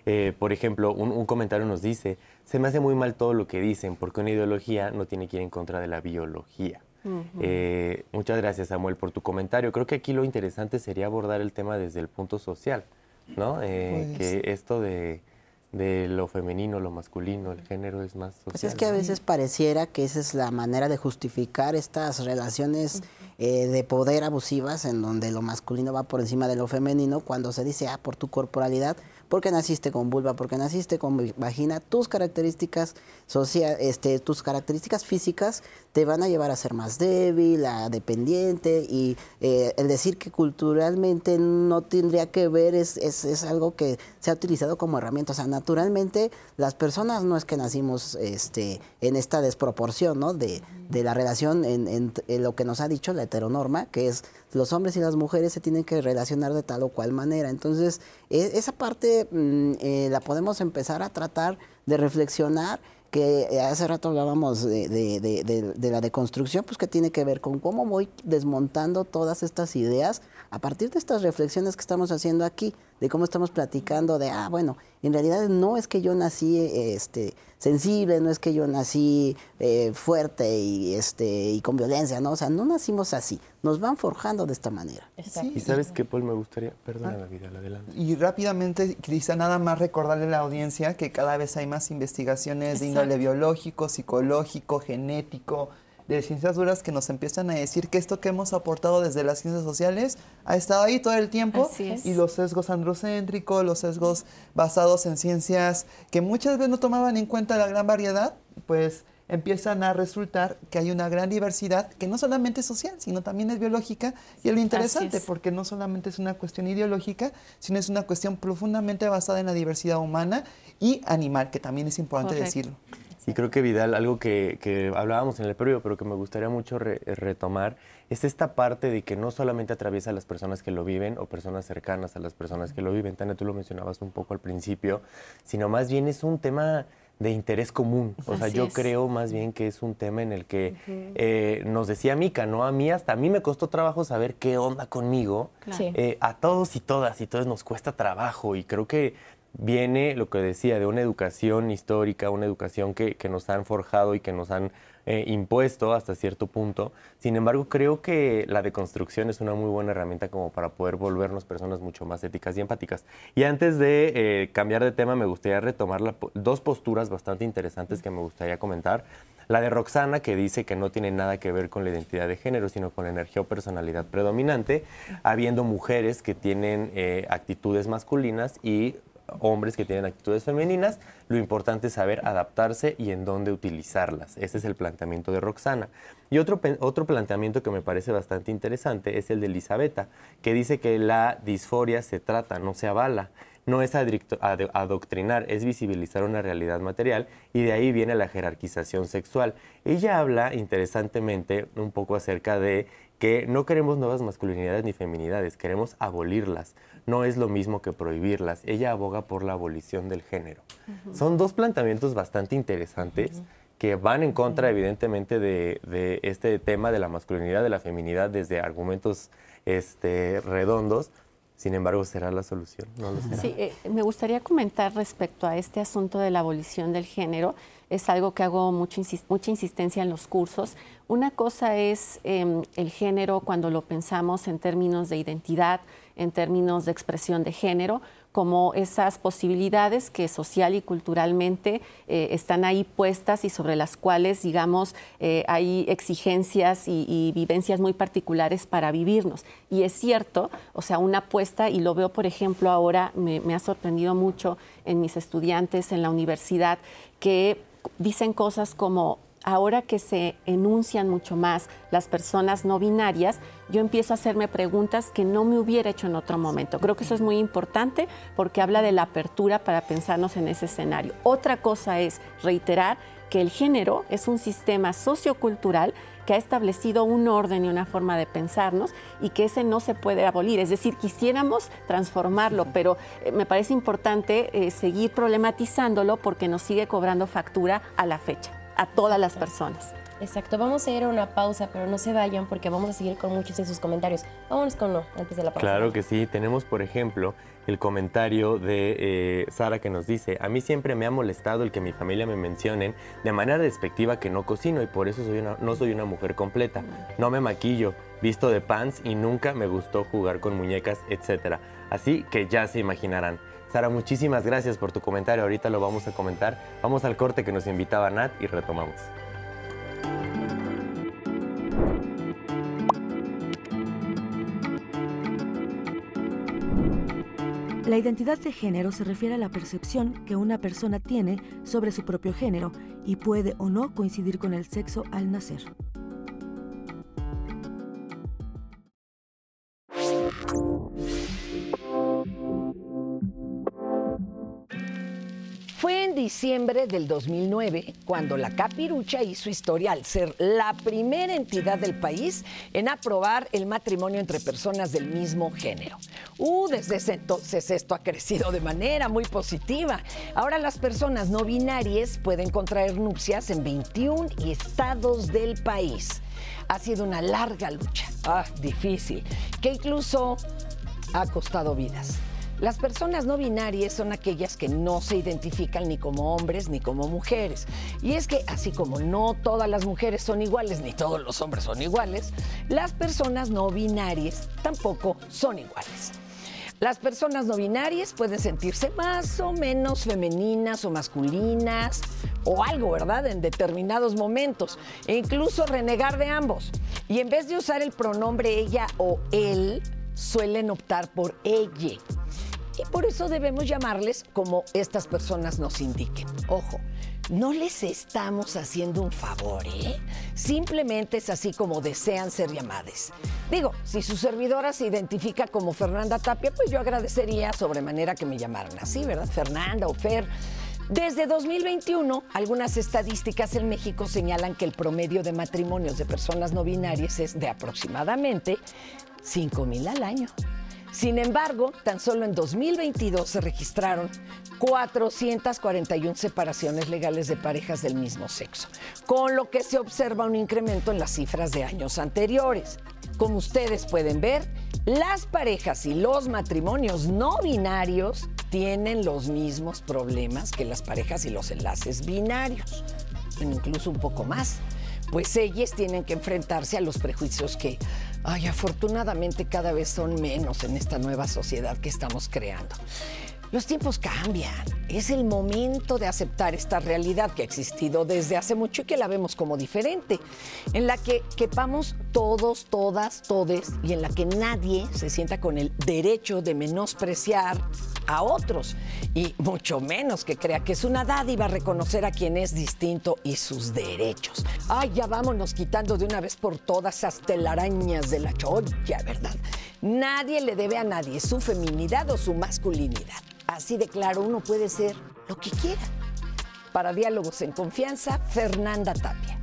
Por ejemplo, un comentario nos dice, se me hace muy mal todo lo que dicen, porque una ideología no tiene que ir en contra de la biología. Muchas gracias, Samuel, por tu comentario. Creo que aquí lo interesante sería abordar el tema desde el punto social, ¿no? Que esto de lo femenino, lo masculino, el género es más social. Pues es que a veces pareciera que esa es la manera de justificar estas relaciones de poder abusivas en donde lo masculino va por encima de lo femenino, cuando se dice, por tu corporalidad, porque naciste con vulva, porque naciste con vagina, tus características tus características físicas te van a llevar a ser más débil, a dependiente, y el decir que culturalmente no tendría que ver es algo que se ha utilizado como herramienta. O sea, naturalmente las personas no es que nacimos en esta desproporción, ¿no? de la relación en lo que nos ha dicho la heteronorma, que es los hombres y las mujeres se tienen que relacionar de tal o cual manera. Entonces, esa parte la podemos empezar a tratar de reflexionar, que hace rato hablábamos de la deconstrucción, pues que tiene que ver con cómo voy desmontando todas estas ideas a partir de estas reflexiones que estamos haciendo aquí, de cómo estamos platicando de, bueno, en realidad no es que yo nací sensible, no es que yo nací fuerte y con violencia, ¿no? O sea, no nacimos así, nos van forjando de esta manera. Sí. Y ¿sabes qué, Paul? Me gustaría, perdona, Vidal, adelante. Y rápidamente, quizá nada más recordarle a la audiencia que cada vez hay más investigaciones de índole biológico, psicológico, genético, de ciencias duras, que nos empiezan a decir que esto que hemos aportado desde las ciencias sociales ha estado ahí todo el tiempo. Y los sesgos androcéntricos, los sesgos basados en ciencias que muchas veces no tomaban en cuenta la gran variedad, pues empiezan a resultar que hay una gran diversidad que no solamente es social, sino también es biológica. Y es lo interesante, porque no solamente es una cuestión ideológica, sino es una cuestión profundamente basada en la diversidad humana y animal, que también es importante decirlo. Y creo que, Vidal, algo que hablábamos en el previo, pero que me gustaría mucho retomar, es esta parte de que no solamente atraviesa a las personas que lo viven o personas cercanas a las personas que lo viven, Tania, tú lo mencionabas un poco al principio, sino más bien es un tema de interés común. O sea, yo creo más bien que es un tema en el que nos decía Mica, ¿no? A mí me costó trabajo saber qué onda conmigo. A todos y todas nos cuesta trabajo, y creo que viene lo que decía de una educación histórica, una educación que nos han forjado y que nos han impuesto hasta cierto punto. Sin embargo, creo que la deconstrucción es una muy buena herramienta como para poder volvernos personas mucho más éticas y empáticas. Y antes de cambiar de tema, me gustaría retomar dos posturas bastante interesantes que me gustaría comentar. La de Roxana, que dice que no tiene nada que ver con la identidad de género, sino con la energía o personalidad predominante, habiendo mujeres que tienen actitudes masculinas y hombres que tienen actitudes femeninas. Lo importante es saber adaptarse y en dónde utilizarlas. Ese es el planteamiento de Roxana. Y otro planteamiento que me parece bastante interesante es el de Elisabetta, que dice que la disforia se trata, no se avala. No es adoctrinar, es visibilizar una realidad material, y de ahí viene la jerarquización sexual. Ella habla interesantemente un poco acerca de que no queremos nuevas masculinidades ni feminidades, queremos abolirlas. No es lo mismo que prohibirlas. Ella aboga por la abolición del género. Son dos planteamientos bastante interesantes que van en contra, evidentemente, de este tema de la masculinidad, de la feminidad, desde argumentos redondos. Sin embargo, ¿será la solución? No lo será. Sí, me gustaría comentar respecto a este asunto de la abolición del género. Es algo que hago mucha insistencia en los cursos. Una cosa es el género cuando lo pensamos en términos de identidad, en términos de expresión de género, como esas posibilidades que social y culturalmente están ahí puestas y sobre las cuales, digamos, hay exigencias y vivencias muy particulares para vivirnos. Y es cierto, o sea, una apuesta, y lo veo, por ejemplo, ahora me ha sorprendido mucho en mis estudiantes en la universidad, que dicen cosas como: ahora que se enuncian mucho más las personas no binarias, yo empiezo a hacerme preguntas que no me hubiera hecho en otro momento. Creo que eso es muy importante porque habla de la apertura para pensarnos en ese escenario. Otra cosa es reiterar que el género es un sistema sociocultural que ha establecido un orden y una forma de pensarnos, y que ese no se puede abolir. Es decir, quisiéramos transformarlo, pero me parece importante seguir problematizándolo porque nos sigue cobrando factura a la fecha, a todas las personas. Exacto, vamos a ir a una pausa, pero no se vayan porque vamos a seguir con muchos de sus comentarios. Vámonos con uno antes de la pausa. Claro que sí. Tenemos, por ejemplo, el comentario de Sara que nos dice: a mí siempre me ha molestado el que mi familia me mencionen de manera despectiva que no cocino y por eso no soy una mujer completa. No me maquillo, visto de pants y nunca me gustó jugar con muñecas, etc. Así que ya se imaginarán. Sara, muchísimas gracias por tu comentario. Ahorita lo vamos a comentar. Vamos al corte que nos invitaba Nat y retomamos. La identidad de género se refiere a la percepción que una persona tiene sobre su propio género y puede o no coincidir con el sexo al nacer. Fue en diciembre del 2009 cuando la Capirucha hizo historia al ser la primera entidad del país en aprobar el matrimonio entre personas del mismo género. Desde ese entonces esto ha crecido de manera muy positiva. Ahora las personas no binarias pueden contraer nupcias en 21 estados del país. Ha sido una larga lucha, difícil, que incluso ha costado vidas. Las personas no binarias son aquellas que no se identifican ni como hombres ni como mujeres. Y es que así como no todas las mujeres son iguales ni todos los hombres son iguales, las personas no binarias tampoco son iguales. Las personas no binarias pueden sentirse más o menos femeninas o masculinas o algo, ¿verdad?, en determinados momentos, e incluso renegar de ambos. Y en vez de usar el pronombre ella o él, suelen optar por ella. Y por eso debemos llamarles como estas personas nos indiquen. Ojo, no les estamos haciendo un favor, ¿eh? Simplemente es así como desean ser llamadas. Digo, si su servidora se identifica como Fernanda Tapia, pues yo agradecería sobremanera que me llamaran así, ¿verdad? Fernanda o Fer. Desde 2021, algunas estadísticas en México señalan que el promedio de matrimonios de personas no binarias es de aproximadamente 5,000 al año. Sin embargo, tan solo en 2022 se registraron 441 separaciones legales de parejas del mismo sexo, con lo que se observa un incremento en las cifras de años anteriores. Como ustedes pueden ver, las parejas y los matrimonios no binarios tienen los mismos problemas que las parejas y los enlaces binarios, incluso un poco más. Pues ellas tienen que enfrentarse a los prejuicios que, afortunadamente cada vez son menos en esta nueva sociedad que estamos creando. Los tiempos cambian. Es el momento de aceptar esta realidad que ha existido desde hace mucho y que la vemos como diferente, en la que quepamos todos, todas, todes, y en la que nadie se sienta con el derecho de menospreciar a otros, y mucho menos que crea que es una dádiva reconocer a quien es distinto y sus derechos. Ya vámonos quitando de una vez por todas esas telarañas de la cholla, ¿verdad? Nadie le debe a nadie su feminidad o su masculinidad. Así de claro, uno puede ser lo que quiera. Para Diálogos en Confianza, Fernanda Tapia.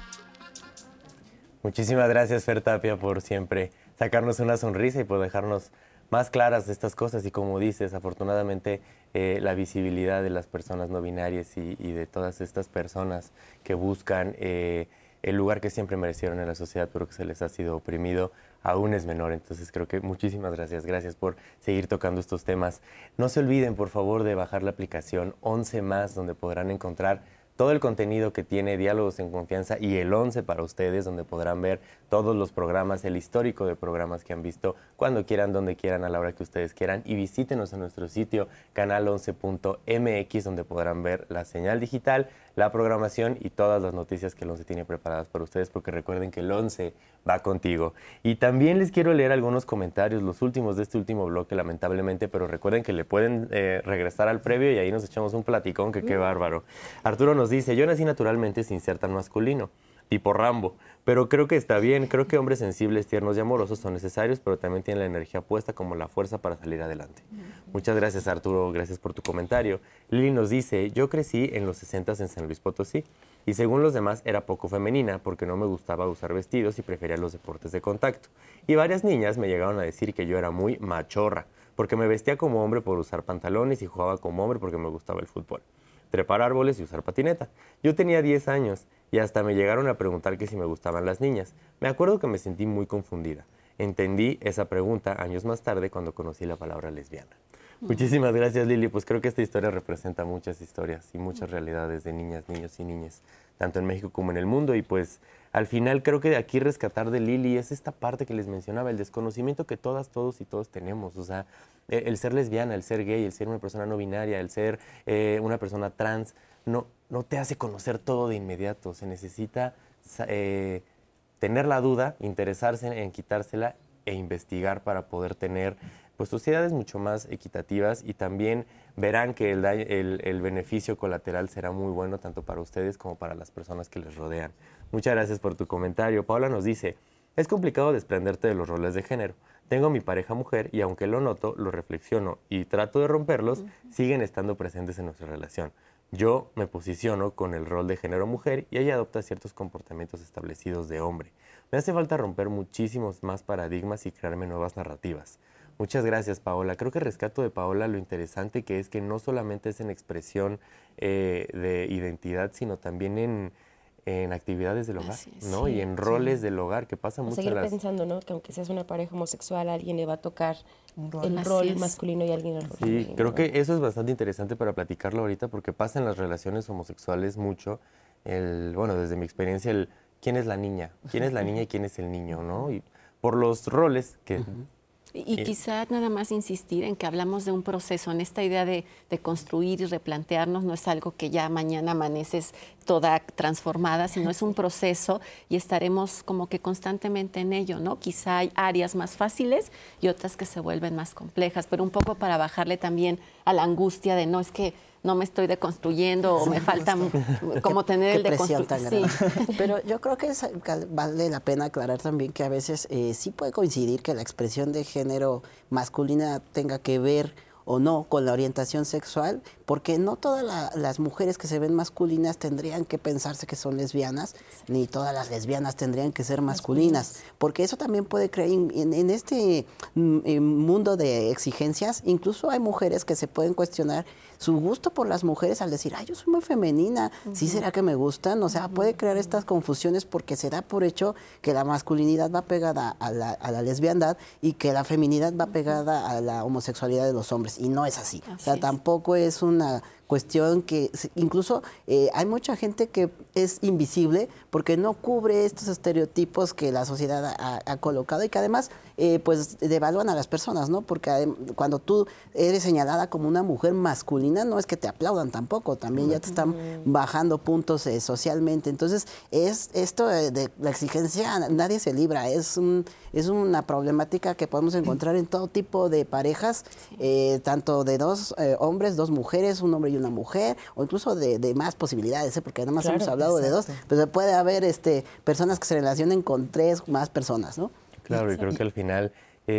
Muchísimas gracias, Fer Tapia, por siempre sacarnos una sonrisa y por dejarnos más claras estas cosas. Y como dices, afortunadamente la visibilidad de las personas no binarias y de todas estas personas que buscan el lugar que siempre merecieron en la sociedad, pero que se les ha sido oprimido, aún es menor. Entonces creo que muchísimas gracias. Gracias por seguir tocando estos temas. No se olviden, por favor, de bajar la aplicación 11 más, donde podrán encontrar todo el contenido que tiene Diálogos en Confianza, y el 11 para ustedes, donde podrán ver todos los programas, el histórico de programas que han visto, cuando quieran, donde quieran, a la hora que ustedes quieran. Y visítenos en nuestro sitio canal11.mx, donde podrán ver la señal digital, la programación y todas las noticias que el 11 tiene preparadas para ustedes, porque recuerden que el 11 va contigo. Y también les quiero leer algunos comentarios, los últimos de este último bloque, lamentablemente, pero recuerden que le pueden regresar al previo y ahí nos echamos un platicón, que qué bárbaro. Arturo nos dice: yo nací naturalmente sin ser tan masculino, tipo Rambo, pero creo que está bien. Creo que hombres sensibles, tiernos y amorosos son necesarios, pero también tienen la energía puesta como la fuerza para salir adelante. Muchas gracias, Arturo, gracias por tu comentario. Lili nos dice: yo crecí en los 60s en San Luis Potosí y según los demás era poco femenina porque no me gustaba usar vestidos y prefería los deportes de contacto. Y varias niñas me llegaron a decir que yo era muy machorra porque me vestía como hombre por usar pantalones y jugaba como hombre porque me gustaba el fútbol, trepar árboles y usar patineta. Yo tenía 10 años y hasta me llegaron a preguntar que si me gustaban las niñas. Me acuerdo que me sentí muy confundida. Entendí esa pregunta años más tarde cuando conocí la palabra lesbiana. Muchísimas gracias, Lili. Pues creo que esta historia representa muchas historias y muchas realidades de niñas, niños y niñas, tanto en México como en el mundo. Y pues al final creo que de aquí rescatar de Lili es esta parte que les mencionaba, el desconocimiento que todas, todos y todos tenemos. O sea, el ser lesbiana, el ser gay, el ser una persona no binaria, el ser una persona trans, no te hace conocer todo de inmediato. Se necesita tener la duda, interesarse en quitársela e investigar para poder tener pues sociedades mucho más equitativas, y también verán que el beneficio colateral será muy bueno tanto para ustedes como para las personas que les rodean. Muchas gracias por tu comentario. Paola nos dice, es complicado desprenderte de los roles de género. Tengo mi pareja mujer y aunque lo noto, lo reflexiono y trato de romperlos, siguen estando presentes en nuestra relación. Yo me posiciono con el rol de género mujer y ella adopta ciertos comportamientos establecidos de hombre. Me hace falta romper muchísimos más paradigmas y crearme nuevas narrativas. Muchas gracias, Paola. Creo que rescato de Paola lo interesante que es que no solamente es en expresión de identidad, sino también en actividades del hogar, ¿no? Sí, y en roles del hogar, que pasa mucho. Seguir pensando, ¿no? Que aunque seas una pareja homosexual, a alguien le va a tocar el rol masculino y a alguien el rol femenino. Sí, creo que eso es bastante interesante para platicarlo ahorita, porque pasa en las relaciones homosexuales mucho, bueno, desde mi experiencia, quién es la niña y quién es el niño, ¿no? Y por los roles que... Y quizá nada más insistir en que hablamos de un proceso, en esta idea de construir y replantearnos, no es algo que ya mañana amaneces toda transformada, sino es un proceso y estaremos como que constantemente en ello, ¿no? Quizá hay áreas más fáciles y otras que se vuelven más complejas, pero un poco para bajarle también a la angustia de no, es que no me estoy deconstruyendo o me falta como tener el deconstruir. Sí. Pero yo creo que vale la pena aclarar también que a veces sí puede coincidir que la expresión de género masculina tenga que ver o no con la orientación sexual, porque no todas las mujeres que se ven masculinas tendrían que pensarse que son lesbianas, ni todas las lesbianas tendrían que ser masculinas, porque eso también puede crear en este mundo de exigencias, incluso hay mujeres que se pueden cuestionar su gusto por las mujeres al decir, yo soy muy femenina, ¿sí será que me gustan? O sea, puede crear estas confusiones porque se da por hecho que la masculinidad va pegada a la lesbiandad y que la feminidad va pegada a la homosexualidad de los hombres, y no es así. O sea, tampoco es una cuestión que incluso hay mucha gente que es invisible porque no cubre estos estereotipos que la sociedad ha colocado y que además pues devalúan a las personas, ¿no? Porque cuando tú eres señalada como una mujer masculina no es que te aplaudan tampoco, también ya te están bajando puntos socialmente. Entonces esto de la exigencia nadie se libra, es una problemática que podemos encontrar en todo tipo de parejas, tanto de dos hombres, dos mujeres, un hombre y una mujer, o incluso de más posibilidades, porque además hemos hablado de dos, pero puede haber personas que se relacionen con tres más personas, ¿no? Claro, y creo que al final,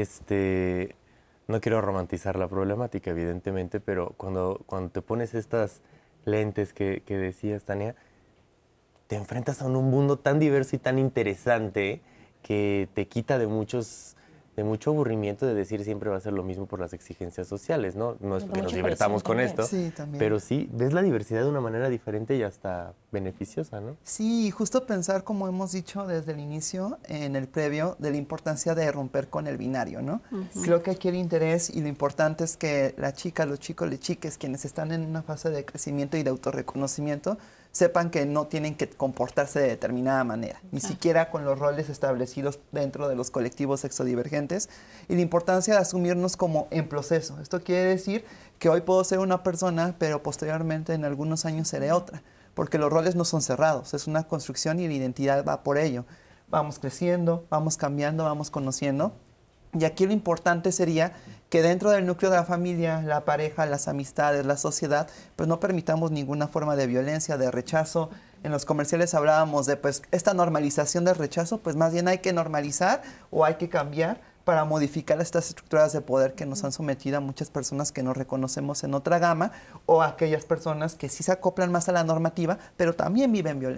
no quiero romantizar la problemática, evidentemente, pero cuando te pones estas lentes que decías, Tania, te enfrentas a un mundo tan diverso y tan interesante que te quita de mucho aburrimiento de decir siempre va a ser lo mismo por las exigencias sociales, ¿no? No es porque nos divertamos con esto, pero sí, ves la diversidad de una manera diferente y hasta beneficiosa, ¿no? Sí, justo pensar, como hemos dicho desde el inicio, en el previo, de la importancia de romper con el binario, ¿no? Creo que aquí el interés y lo importante es que la chica, los chicos, las chiques, quienes están en una fase de crecimiento y de autorreconocimiento, sepan que no tienen que comportarse de determinada manera, ni siquiera con los roles establecidos dentro de los colectivos sexodivergentes, y la importancia de asumirnos como en proceso. Esto quiere decir que hoy puedo ser una persona, pero posteriormente en algunos años seré otra, porque los roles no son cerrados, es una construcción y la identidad va por ello. Vamos creciendo, vamos cambiando, vamos conociendo. Y aquí lo importante sería que dentro del núcleo de la familia, la pareja, las amistades, la sociedad, pues no permitamos ninguna forma de violencia, de rechazo. En los comerciales hablábamos de pues esta normalización del rechazo, pues más bien hay que normalizar o hay que cambiar para modificar estas estructuras de poder que nos han sometido a muchas personas que nos reconocemos en otra gama, o a aquellas personas que sí se acoplan más a la normativa, pero también viven violencia.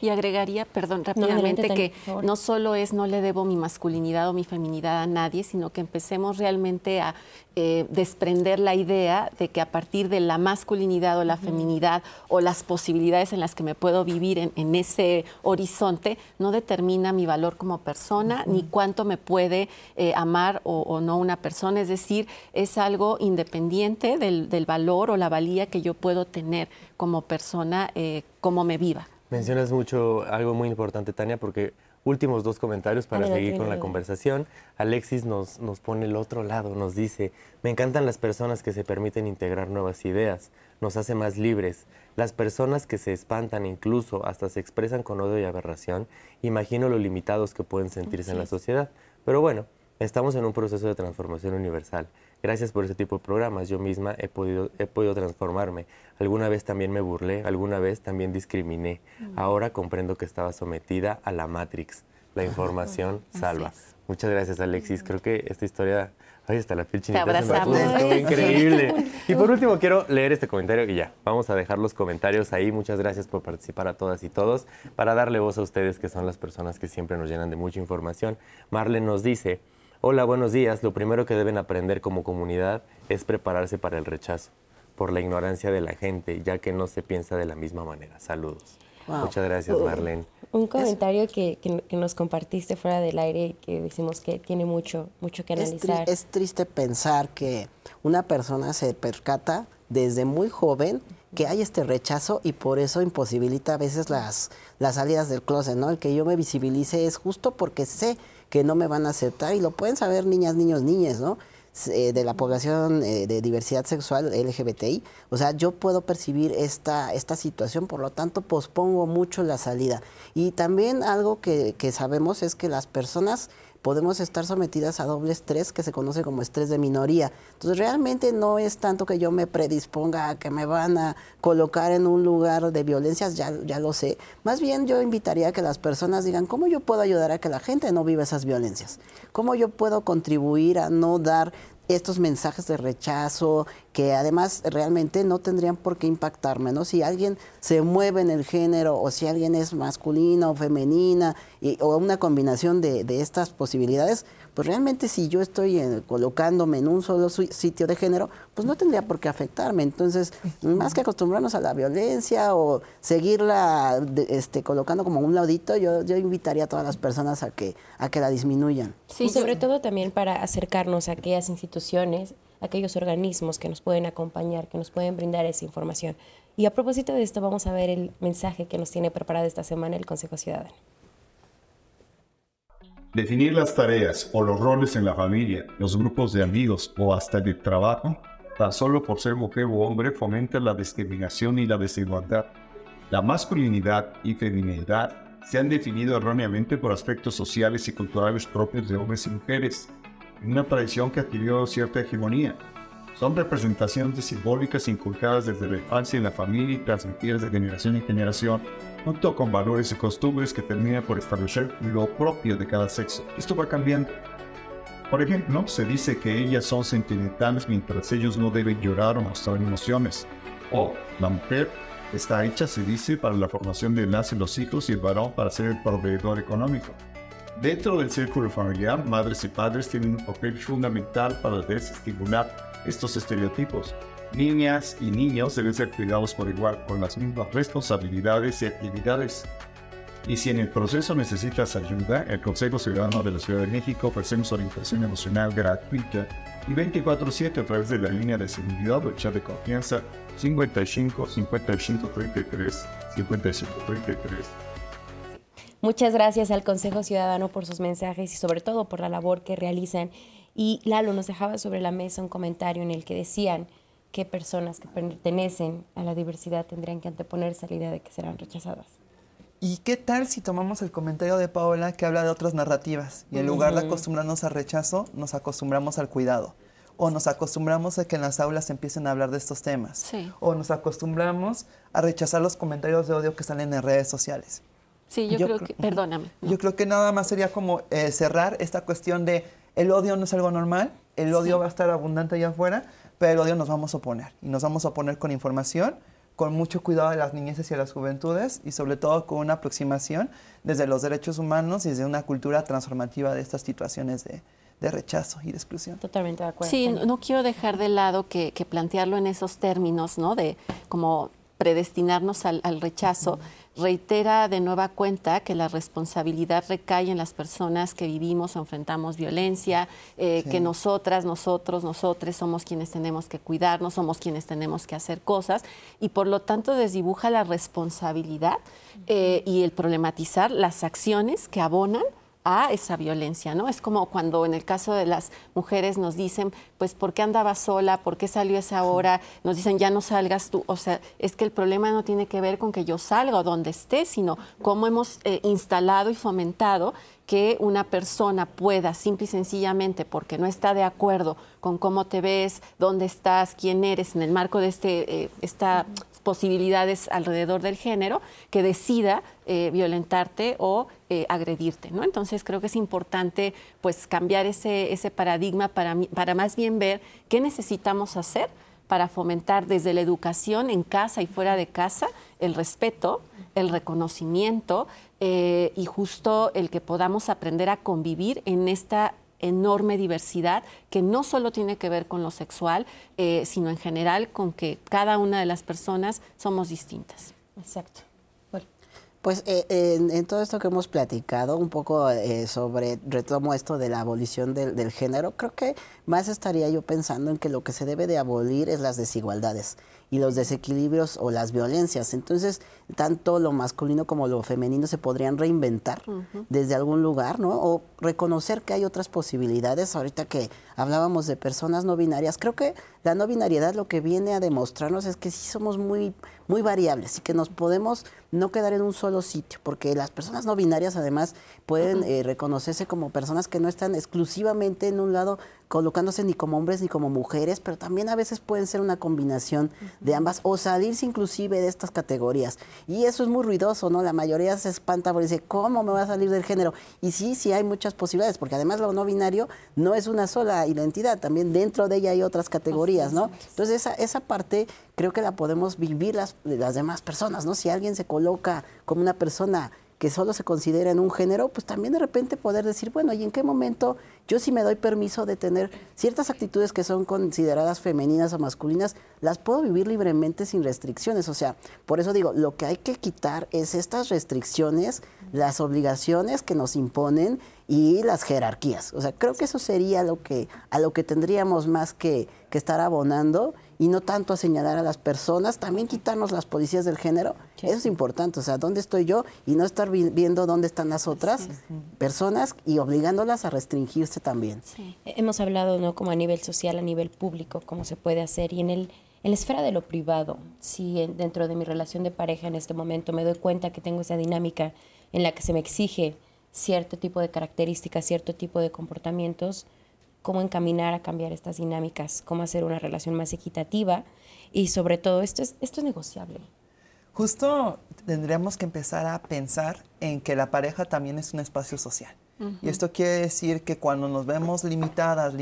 Y agregaría, perdón, No, rápidamente, adelante, que por favor. no solo es no le debo mi masculinidad o mi feminidad a nadie, sino que empecemos realmente a desprender la idea de que a partir de la masculinidad o la feminidad o las posibilidades en las que me puedo vivir en ese horizonte, no determina mi valor como persona ni cuánto me puede amar o no una persona. Es decir, es algo independiente del valor o la valía que yo puedo tener como persona, como me viva. Mencionas mucho algo muy importante, Tania, porque últimos 2 comentarios para seguir con la conversación. Alexis nos pone el otro lado, nos dice: me encantan las personas que se permiten integrar nuevas ideas, nos hace más libres. Las personas que se espantan, incluso hasta se expresan con odio y aberración, imagino lo limitados que pueden sentirse en la sociedad. Pero bueno, estamos en un proceso de transformación universal. Gracias por ese tipo de programas. Yo misma he podido transformarme. Alguna vez también me burlé, alguna vez también discriminé. Ahora comprendo que estaba sometida a la Matrix. La información salva. Muchas gracias, Alexis. Creo que esta historia... Ay, hasta la piel chinita se me puso. Estuvo increíble. Y por último, quiero leer este comentario y ya. Vamos a dejar los comentarios ahí. Muchas gracias por participar a todas y todos, para darle voz a ustedes, que son las personas que siempre nos llenan de mucha información. Marlene nos dice: hola, buenos días. Lo primero que deben aprender como comunidad es prepararse para el rechazo, por la ignorancia de la gente, ya que no se piensa de la misma manera. Saludos. Wow. Muchas gracias, Marlene. Un comentario que nos compartiste fuera del aire, que decimos que tiene mucho que analizar. Es triste pensar que una persona se percata desde muy joven que hay este rechazo y por eso imposibilita a veces las salidas del closet, ¿no? El que yo me visibilice es justo porque sé que no me van a aceptar, y lo pueden saber niñas, niños, niñas, ¿no? De la población de diversidad sexual LGBTI. O sea, yo puedo percibir esta situación, por lo tanto pospongo mucho la salida. Y también algo que sabemos es que las personas podemos estar sometidas a doble estrés, que se conoce como estrés de minoría. Entonces realmente no es tanto que yo me predisponga a que me van a colocar en un lugar de violencias, ya lo sé. Más bien yo invitaría a que las personas digan: ¿cómo yo puedo ayudar a que la gente no viva esas violencias? ¿Cómo yo puedo contribuir a no dar estos mensajes de rechazo que además realmente no tendrían por qué impactarme, ¿no? Si alguien se mueve en el género, o si alguien es masculina o femenina, o una combinación de estas posibilidades, pues realmente si yo estoy colocándome en un solo sitio de género, pues no tendría por qué afectarme. Entonces, más que acostumbrarnos a la violencia o seguirla colocando como un ladito, yo invitaría a todas las personas a que la disminuyan. Sí, y sobre todo también para acercarnos a aquellas instituciones, aquellos organismos que nos pueden acompañar, que nos pueden brindar esa información. Y a propósito de esto, vamos a ver el mensaje que nos tiene preparado esta semana el Consejo Ciudadano. Definir las tareas o los roles en la familia, los grupos de amigos o hasta el trabajo, tan solo por ser mujer u hombre, fomenta la discriminación y la desigualdad. La masculinidad y feminidad se han definido erróneamente por aspectos sociales y culturales propios de hombres y mujeres, una tradición que adquirió cierta hegemonía. Son representaciones simbólicas inculcadas desde la infancia en la familia y transmitidas de generación en generación, junto con valores y costumbres que terminan por establecer lo propio de cada sexo. Esto va cambiando. Por ejemplo, se dice que ellas son sentimentales mientras ellos no deben llorar o mostrar emociones. O la mujer está hecha, se dice, para la formación de las y los hijos, y el varón para ser el proveedor económico. Dentro del círculo familiar, madres y padres tienen un papel fundamental para desestimular estos estereotipos. Niñas y niños deben ser cuidados por igual, con las mismas responsabilidades y actividades. Y si en el proceso necesitas ayuda, el Consejo Ciudadano de la Ciudad de México ofrecemos orientación emocional gratuita y 24/7 a través de la línea de seguridad o chat de confianza 55 55 33 55 33. Muchas gracias al Consejo Ciudadano por sus mensajes y sobre todo por la labor que realizan. Y Lalo nos dejaba sobre la mesa un comentario en el que decían que personas que pertenecen a la diversidad tendrían que anteponerse a la idea de que serán rechazadas. ¿Y qué tal si tomamos el comentario de Paola, que habla de otras narrativas, y en lugar de acostumbrarnos al rechazo, nos acostumbramos al cuidado? O nos acostumbramos a que en las aulas empiecen a hablar de estos temas. Sí. O nos acostumbramos a rechazar los comentarios de odio que salen en redes sociales. Sí, yo creo que, perdóname. Yo creo que nada más sería como cerrar esta cuestión de el odio no es algo normal, el odio va a estar abundante allá afuera, pero el odio nos vamos a oponer. Y nos vamos a oponer con información, con mucho cuidado de las niñeces y de las juventudes y sobre todo con una aproximación desde los derechos humanos y desde una cultura transformativa de estas situaciones de rechazo y de exclusión. Totalmente de acuerdo. Sí, no quiero dejar de lado que plantearlo en esos términos, ¿no? De como predestinarnos al rechazo, reitera de nueva cuenta que la responsabilidad recae en las personas que vivimos o enfrentamos violencia, que nosotras, nosotros, nosotres somos quienes tenemos que cuidarnos, somos quienes tenemos que hacer cosas y por lo tanto desdibuja la responsabilidad y el problematizar las acciones que abonan a esa violencia, ¿no? Es como cuando en el caso de las mujeres nos dicen, pues, ¿por qué andaba sola? ¿Por qué salió esa hora? Nos dicen, ya no salgas tú. O sea, es que el problema no tiene que ver con que yo salga o donde esté, sino cómo hemos instalado y fomentado que una persona pueda simple y sencillamente, porque no está de acuerdo con cómo te ves, dónde estás, quién eres, en el marco de esta posibilidades alrededor del género, que decida violentarte o agredirte, ¿no? Entonces creo que es importante pues cambiar ese paradigma para más bien ver qué necesitamos hacer para fomentar desde la educación en casa y fuera de casa el respeto, el reconocimiento y justo el que podamos aprender a convivir en esta enorme diversidad que no solo tiene que ver con lo sexual, sino en general con que cada una de las personas somos distintas. Exacto. Pues en todo esto que hemos platicado, un poco retomo esto de la abolición del género, creo que más estaría yo pensando en que lo que se debe de abolir es las desigualdades y los desequilibrios o las violencias. Entonces, tanto lo masculino como lo femenino se podrían reinventar desde algún lugar, ¿no? O reconocer que hay otras posibilidades. Ahorita que hablábamos de personas no binarias, creo que la no binariedad lo que viene a demostrarnos es que sí somos muy variables y que nos podemos no quedar en un solo sitio, porque las personas no binarias además pueden reconocerse como personas que no están exclusivamente en un lado colocándose ni como hombres ni como mujeres, pero también a veces pueden ser una combinación de ambas o salirse inclusive de estas categorías. Y eso es muy ruidoso, ¿no? La mayoría se espanta porque dice, ¿cómo me va a salir del género? Y sí hay muchas posibilidades, porque además lo no binario no es una sola identidad, también dentro de ella hay otras categorías, ¿no? Entonces esa parte creo que la podemos vivir las demás personas, ¿no? Si alguien se coloca como una persona que solo se considera en un género, pues también de repente poder decir, bueno, ¿y en qué momento yo sí me doy permiso de tener ciertas actitudes que son consideradas femeninas o masculinas, las puedo vivir libremente sin restricciones? O sea, por eso digo, lo que hay que quitar es estas restricciones, las obligaciones que nos imponen y las jerarquías. O sea, creo que eso sería a lo que tendríamos más que estar abonando y no tanto a señalar a las personas, también quitarnos las policías del género. Sí. Eso es importante, o sea, ¿dónde estoy yo? Y no estar viendo dónde están las otras personas y obligándolas a restringirse también. Sí. Hemos hablado, ¿no?, como a nivel social, a nivel público, cómo se puede hacer. Y en la esfera de lo privado, si dentro de mi relación de pareja en este momento me doy cuenta que tengo esa dinámica en la que se me exige cierto tipo de características, cierto tipo de comportamientos, cómo encaminar a cambiar estas dinámicas, cómo hacer una relación más equitativa y sobre todo esto es negociable. Justo tendríamos que empezar a pensar en que la pareja también es un espacio social. Y esto quiere decir que cuando nos vemos limitadas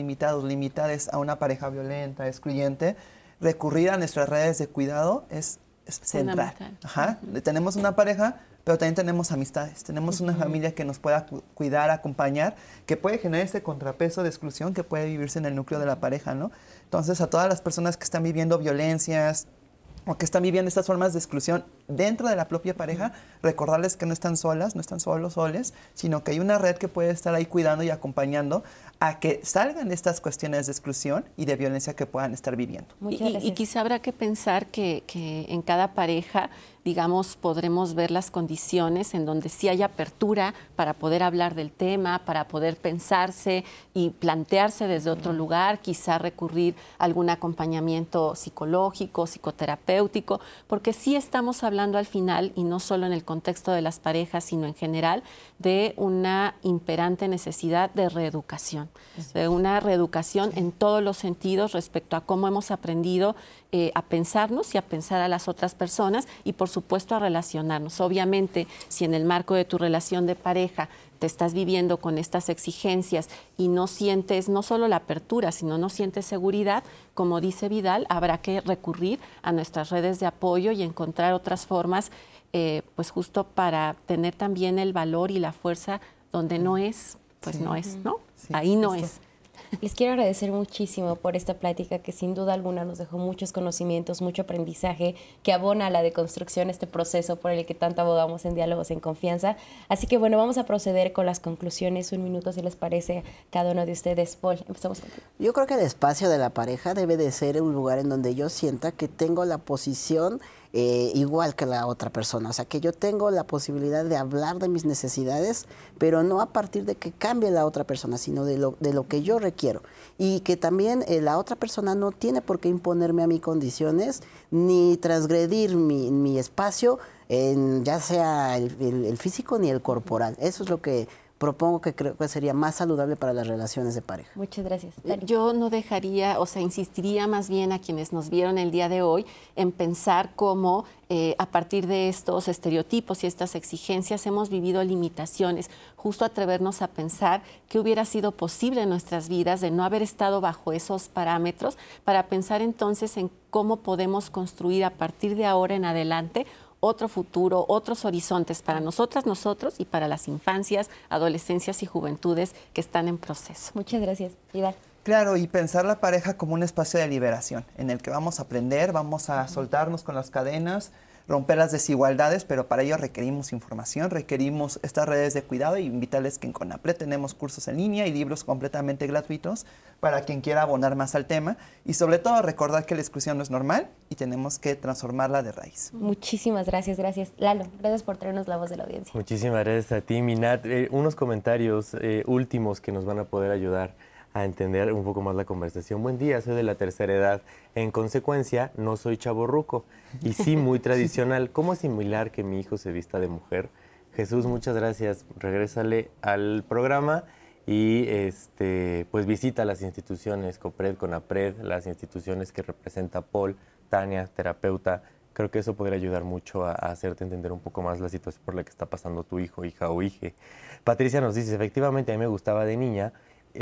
a una pareja violenta, excluyente, recurrir a nuestras redes de cuidado es central. Tenemos una pareja, pero también tenemos amistades, tenemos una familia que nos pueda cuidar, acompañar, que puede generar este contrapeso de exclusión que puede vivirse en el núcleo de la pareja, ¿no? Entonces, a todas las personas que están viviendo violencias o que están viviendo estas formas de exclusión dentro de la propia pareja, recordarles que no están solas, no están soles, sino que hay una red que puede estar ahí cuidando y acompañando a que salgan estas cuestiones de exclusión y de violencia que puedan estar viviendo. Y quizá habrá que pensar que en cada pareja, digamos, podremos ver las condiciones en donde sí hay apertura para poder hablar del tema, para poder pensarse y plantearse desde otro lugar, quizá recurrir a algún acompañamiento psicológico, psicoterapéutico, porque sí estamos hablando al final, y no solo en el contexto de las parejas, sino en general, de una imperante necesidad de reeducación, de una reeducación en todos los sentidos respecto a cómo hemos aprendido a pensarnos y a pensar a las otras personas y por supuesto a relacionarnos. Obviamente, si en el marco de tu relación de pareja te estás viviendo con estas exigencias y no sientes no solo la apertura, sino no sientes seguridad, como dice Vidal, habrá que recurrir a nuestras redes de apoyo y encontrar otras formas, pues justo para tener también el valor y la fuerza donde no es, pues no es, ¿no? Sí, ahí no justo. es. Les quiero agradecer muchísimo por esta plática que sin duda alguna nos dejó muchos conocimientos, mucho aprendizaje que abona a la deconstrucción, este proceso por el que tanto abogamos en Diálogos en Confianza. Así que bueno, vamos a proceder con las conclusiones. 1 minuto, si les parece, cada uno de ustedes. Paul, empezamos contigo. Yo creo que el espacio de la pareja debe de ser un lugar en donde yo sienta que tengo la posición igual que la otra persona, o sea, que yo tengo la posibilidad de hablar de mis necesidades, pero no a partir de que cambie la otra persona, sino de lo que yo requiero, y que también la otra persona no tiene por qué imponerme a mí condiciones, ni transgredir mi espacio, ya sea el físico ni el corporal. Eso es lo que propongo, que creo que sería más saludable para las relaciones de pareja. Muchas gracias. Dani. Yo no dejaría, o sea, insistiría más bien a quienes nos vieron el día de hoy en pensar cómo a partir de estos estereotipos y estas exigencias hemos vivido limitaciones, justo atrevernos a pensar qué hubiera sido posible en nuestras vidas de no haber estado bajo esos parámetros, para pensar entonces en cómo podemos construir a partir de ahora en adelante otro futuro, otros horizontes para nosotras, nosotros y para las infancias, adolescencias y juventudes que están en proceso. Muchas gracias. Vidal. Claro, y pensar la pareja como un espacio de liberación en el que vamos a aprender, vamos a soltarnos con las cadenas, romper las desigualdades, pero para ello requerimos información, requerimos estas redes de cuidado, y invitarles que en CONAPRED tenemos cursos en línea y libros completamente gratuitos para quien quiera abonar más al tema, y sobre todo recordar que la exclusión no es normal y tenemos que transformarla de raíz. Muchísimas gracias, gracias. Lalo, gracias por traernos la voz de la audiencia. Muchísimas gracias a ti, Minat. Unos comentarios últimos que nos van a poder ayudar a entender un poco más la conversación. Buen día, soy de la tercera edad. En consecuencia, no soy chavorruco y sí muy tradicional. ¿Cómo asimilar que mi hijo se vista de mujer? Jesús, muchas gracias. Regrésale al programa y pues visita las instituciones, COPRED, CONAPRED, las instituciones que representa Paul, Tania, terapeuta. Creo que eso podría ayudar mucho a hacerte entender un poco más la situación por la que está pasando tu hijo, hija o hije. Patricia nos dice, efectivamente, a mí me gustaba de niña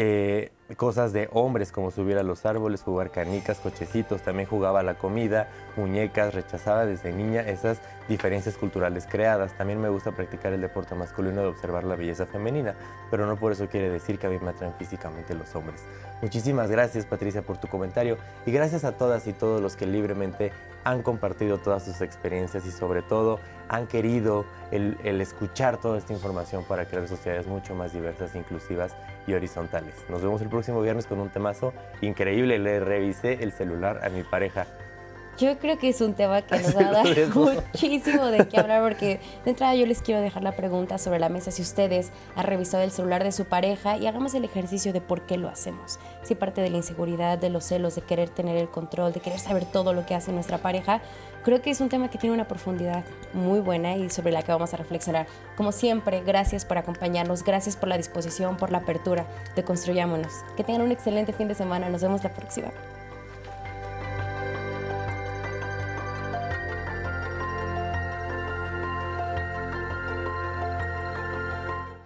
cosas de hombres como subir a los árboles, jugar canicas, cochecitos, también jugaba a la comida, muñecas, rechazaba desde niña esas diferencias culturales creadas. También me gusta practicar el deporte masculino de observar la belleza femenina, pero no por eso quiere decir que a mí me atraen físicamente los hombres. Muchísimas gracias, Patricia, por tu comentario, y gracias a todas y todos los que libremente han compartido todas sus experiencias y sobre todo han querido el escuchar toda esta información para crear sociedades mucho más diversas, inclusivas y horizontales. Nos vemos el próximo viernes con un temazo increíble. Le revisé el celular a mi pareja. Yo creo que es un tema que nos va a dar muchísimo de qué hablar, porque de entrada yo les quiero dejar la pregunta sobre la mesa: si ustedes han revisado el celular de su pareja, y hagamos el ejercicio de por qué lo hacemos. Si parte de la inseguridad, de los celos, de querer tener el control, de querer saber todo lo que hace nuestra pareja. Creo que es un tema que tiene una profundidad muy buena y sobre la que vamos a reflexionar. Como siempre, gracias por acompañarnos, gracias por la disposición, por la apertura de Construyámonos. Que tengan un excelente fin de semana, nos vemos la próxima.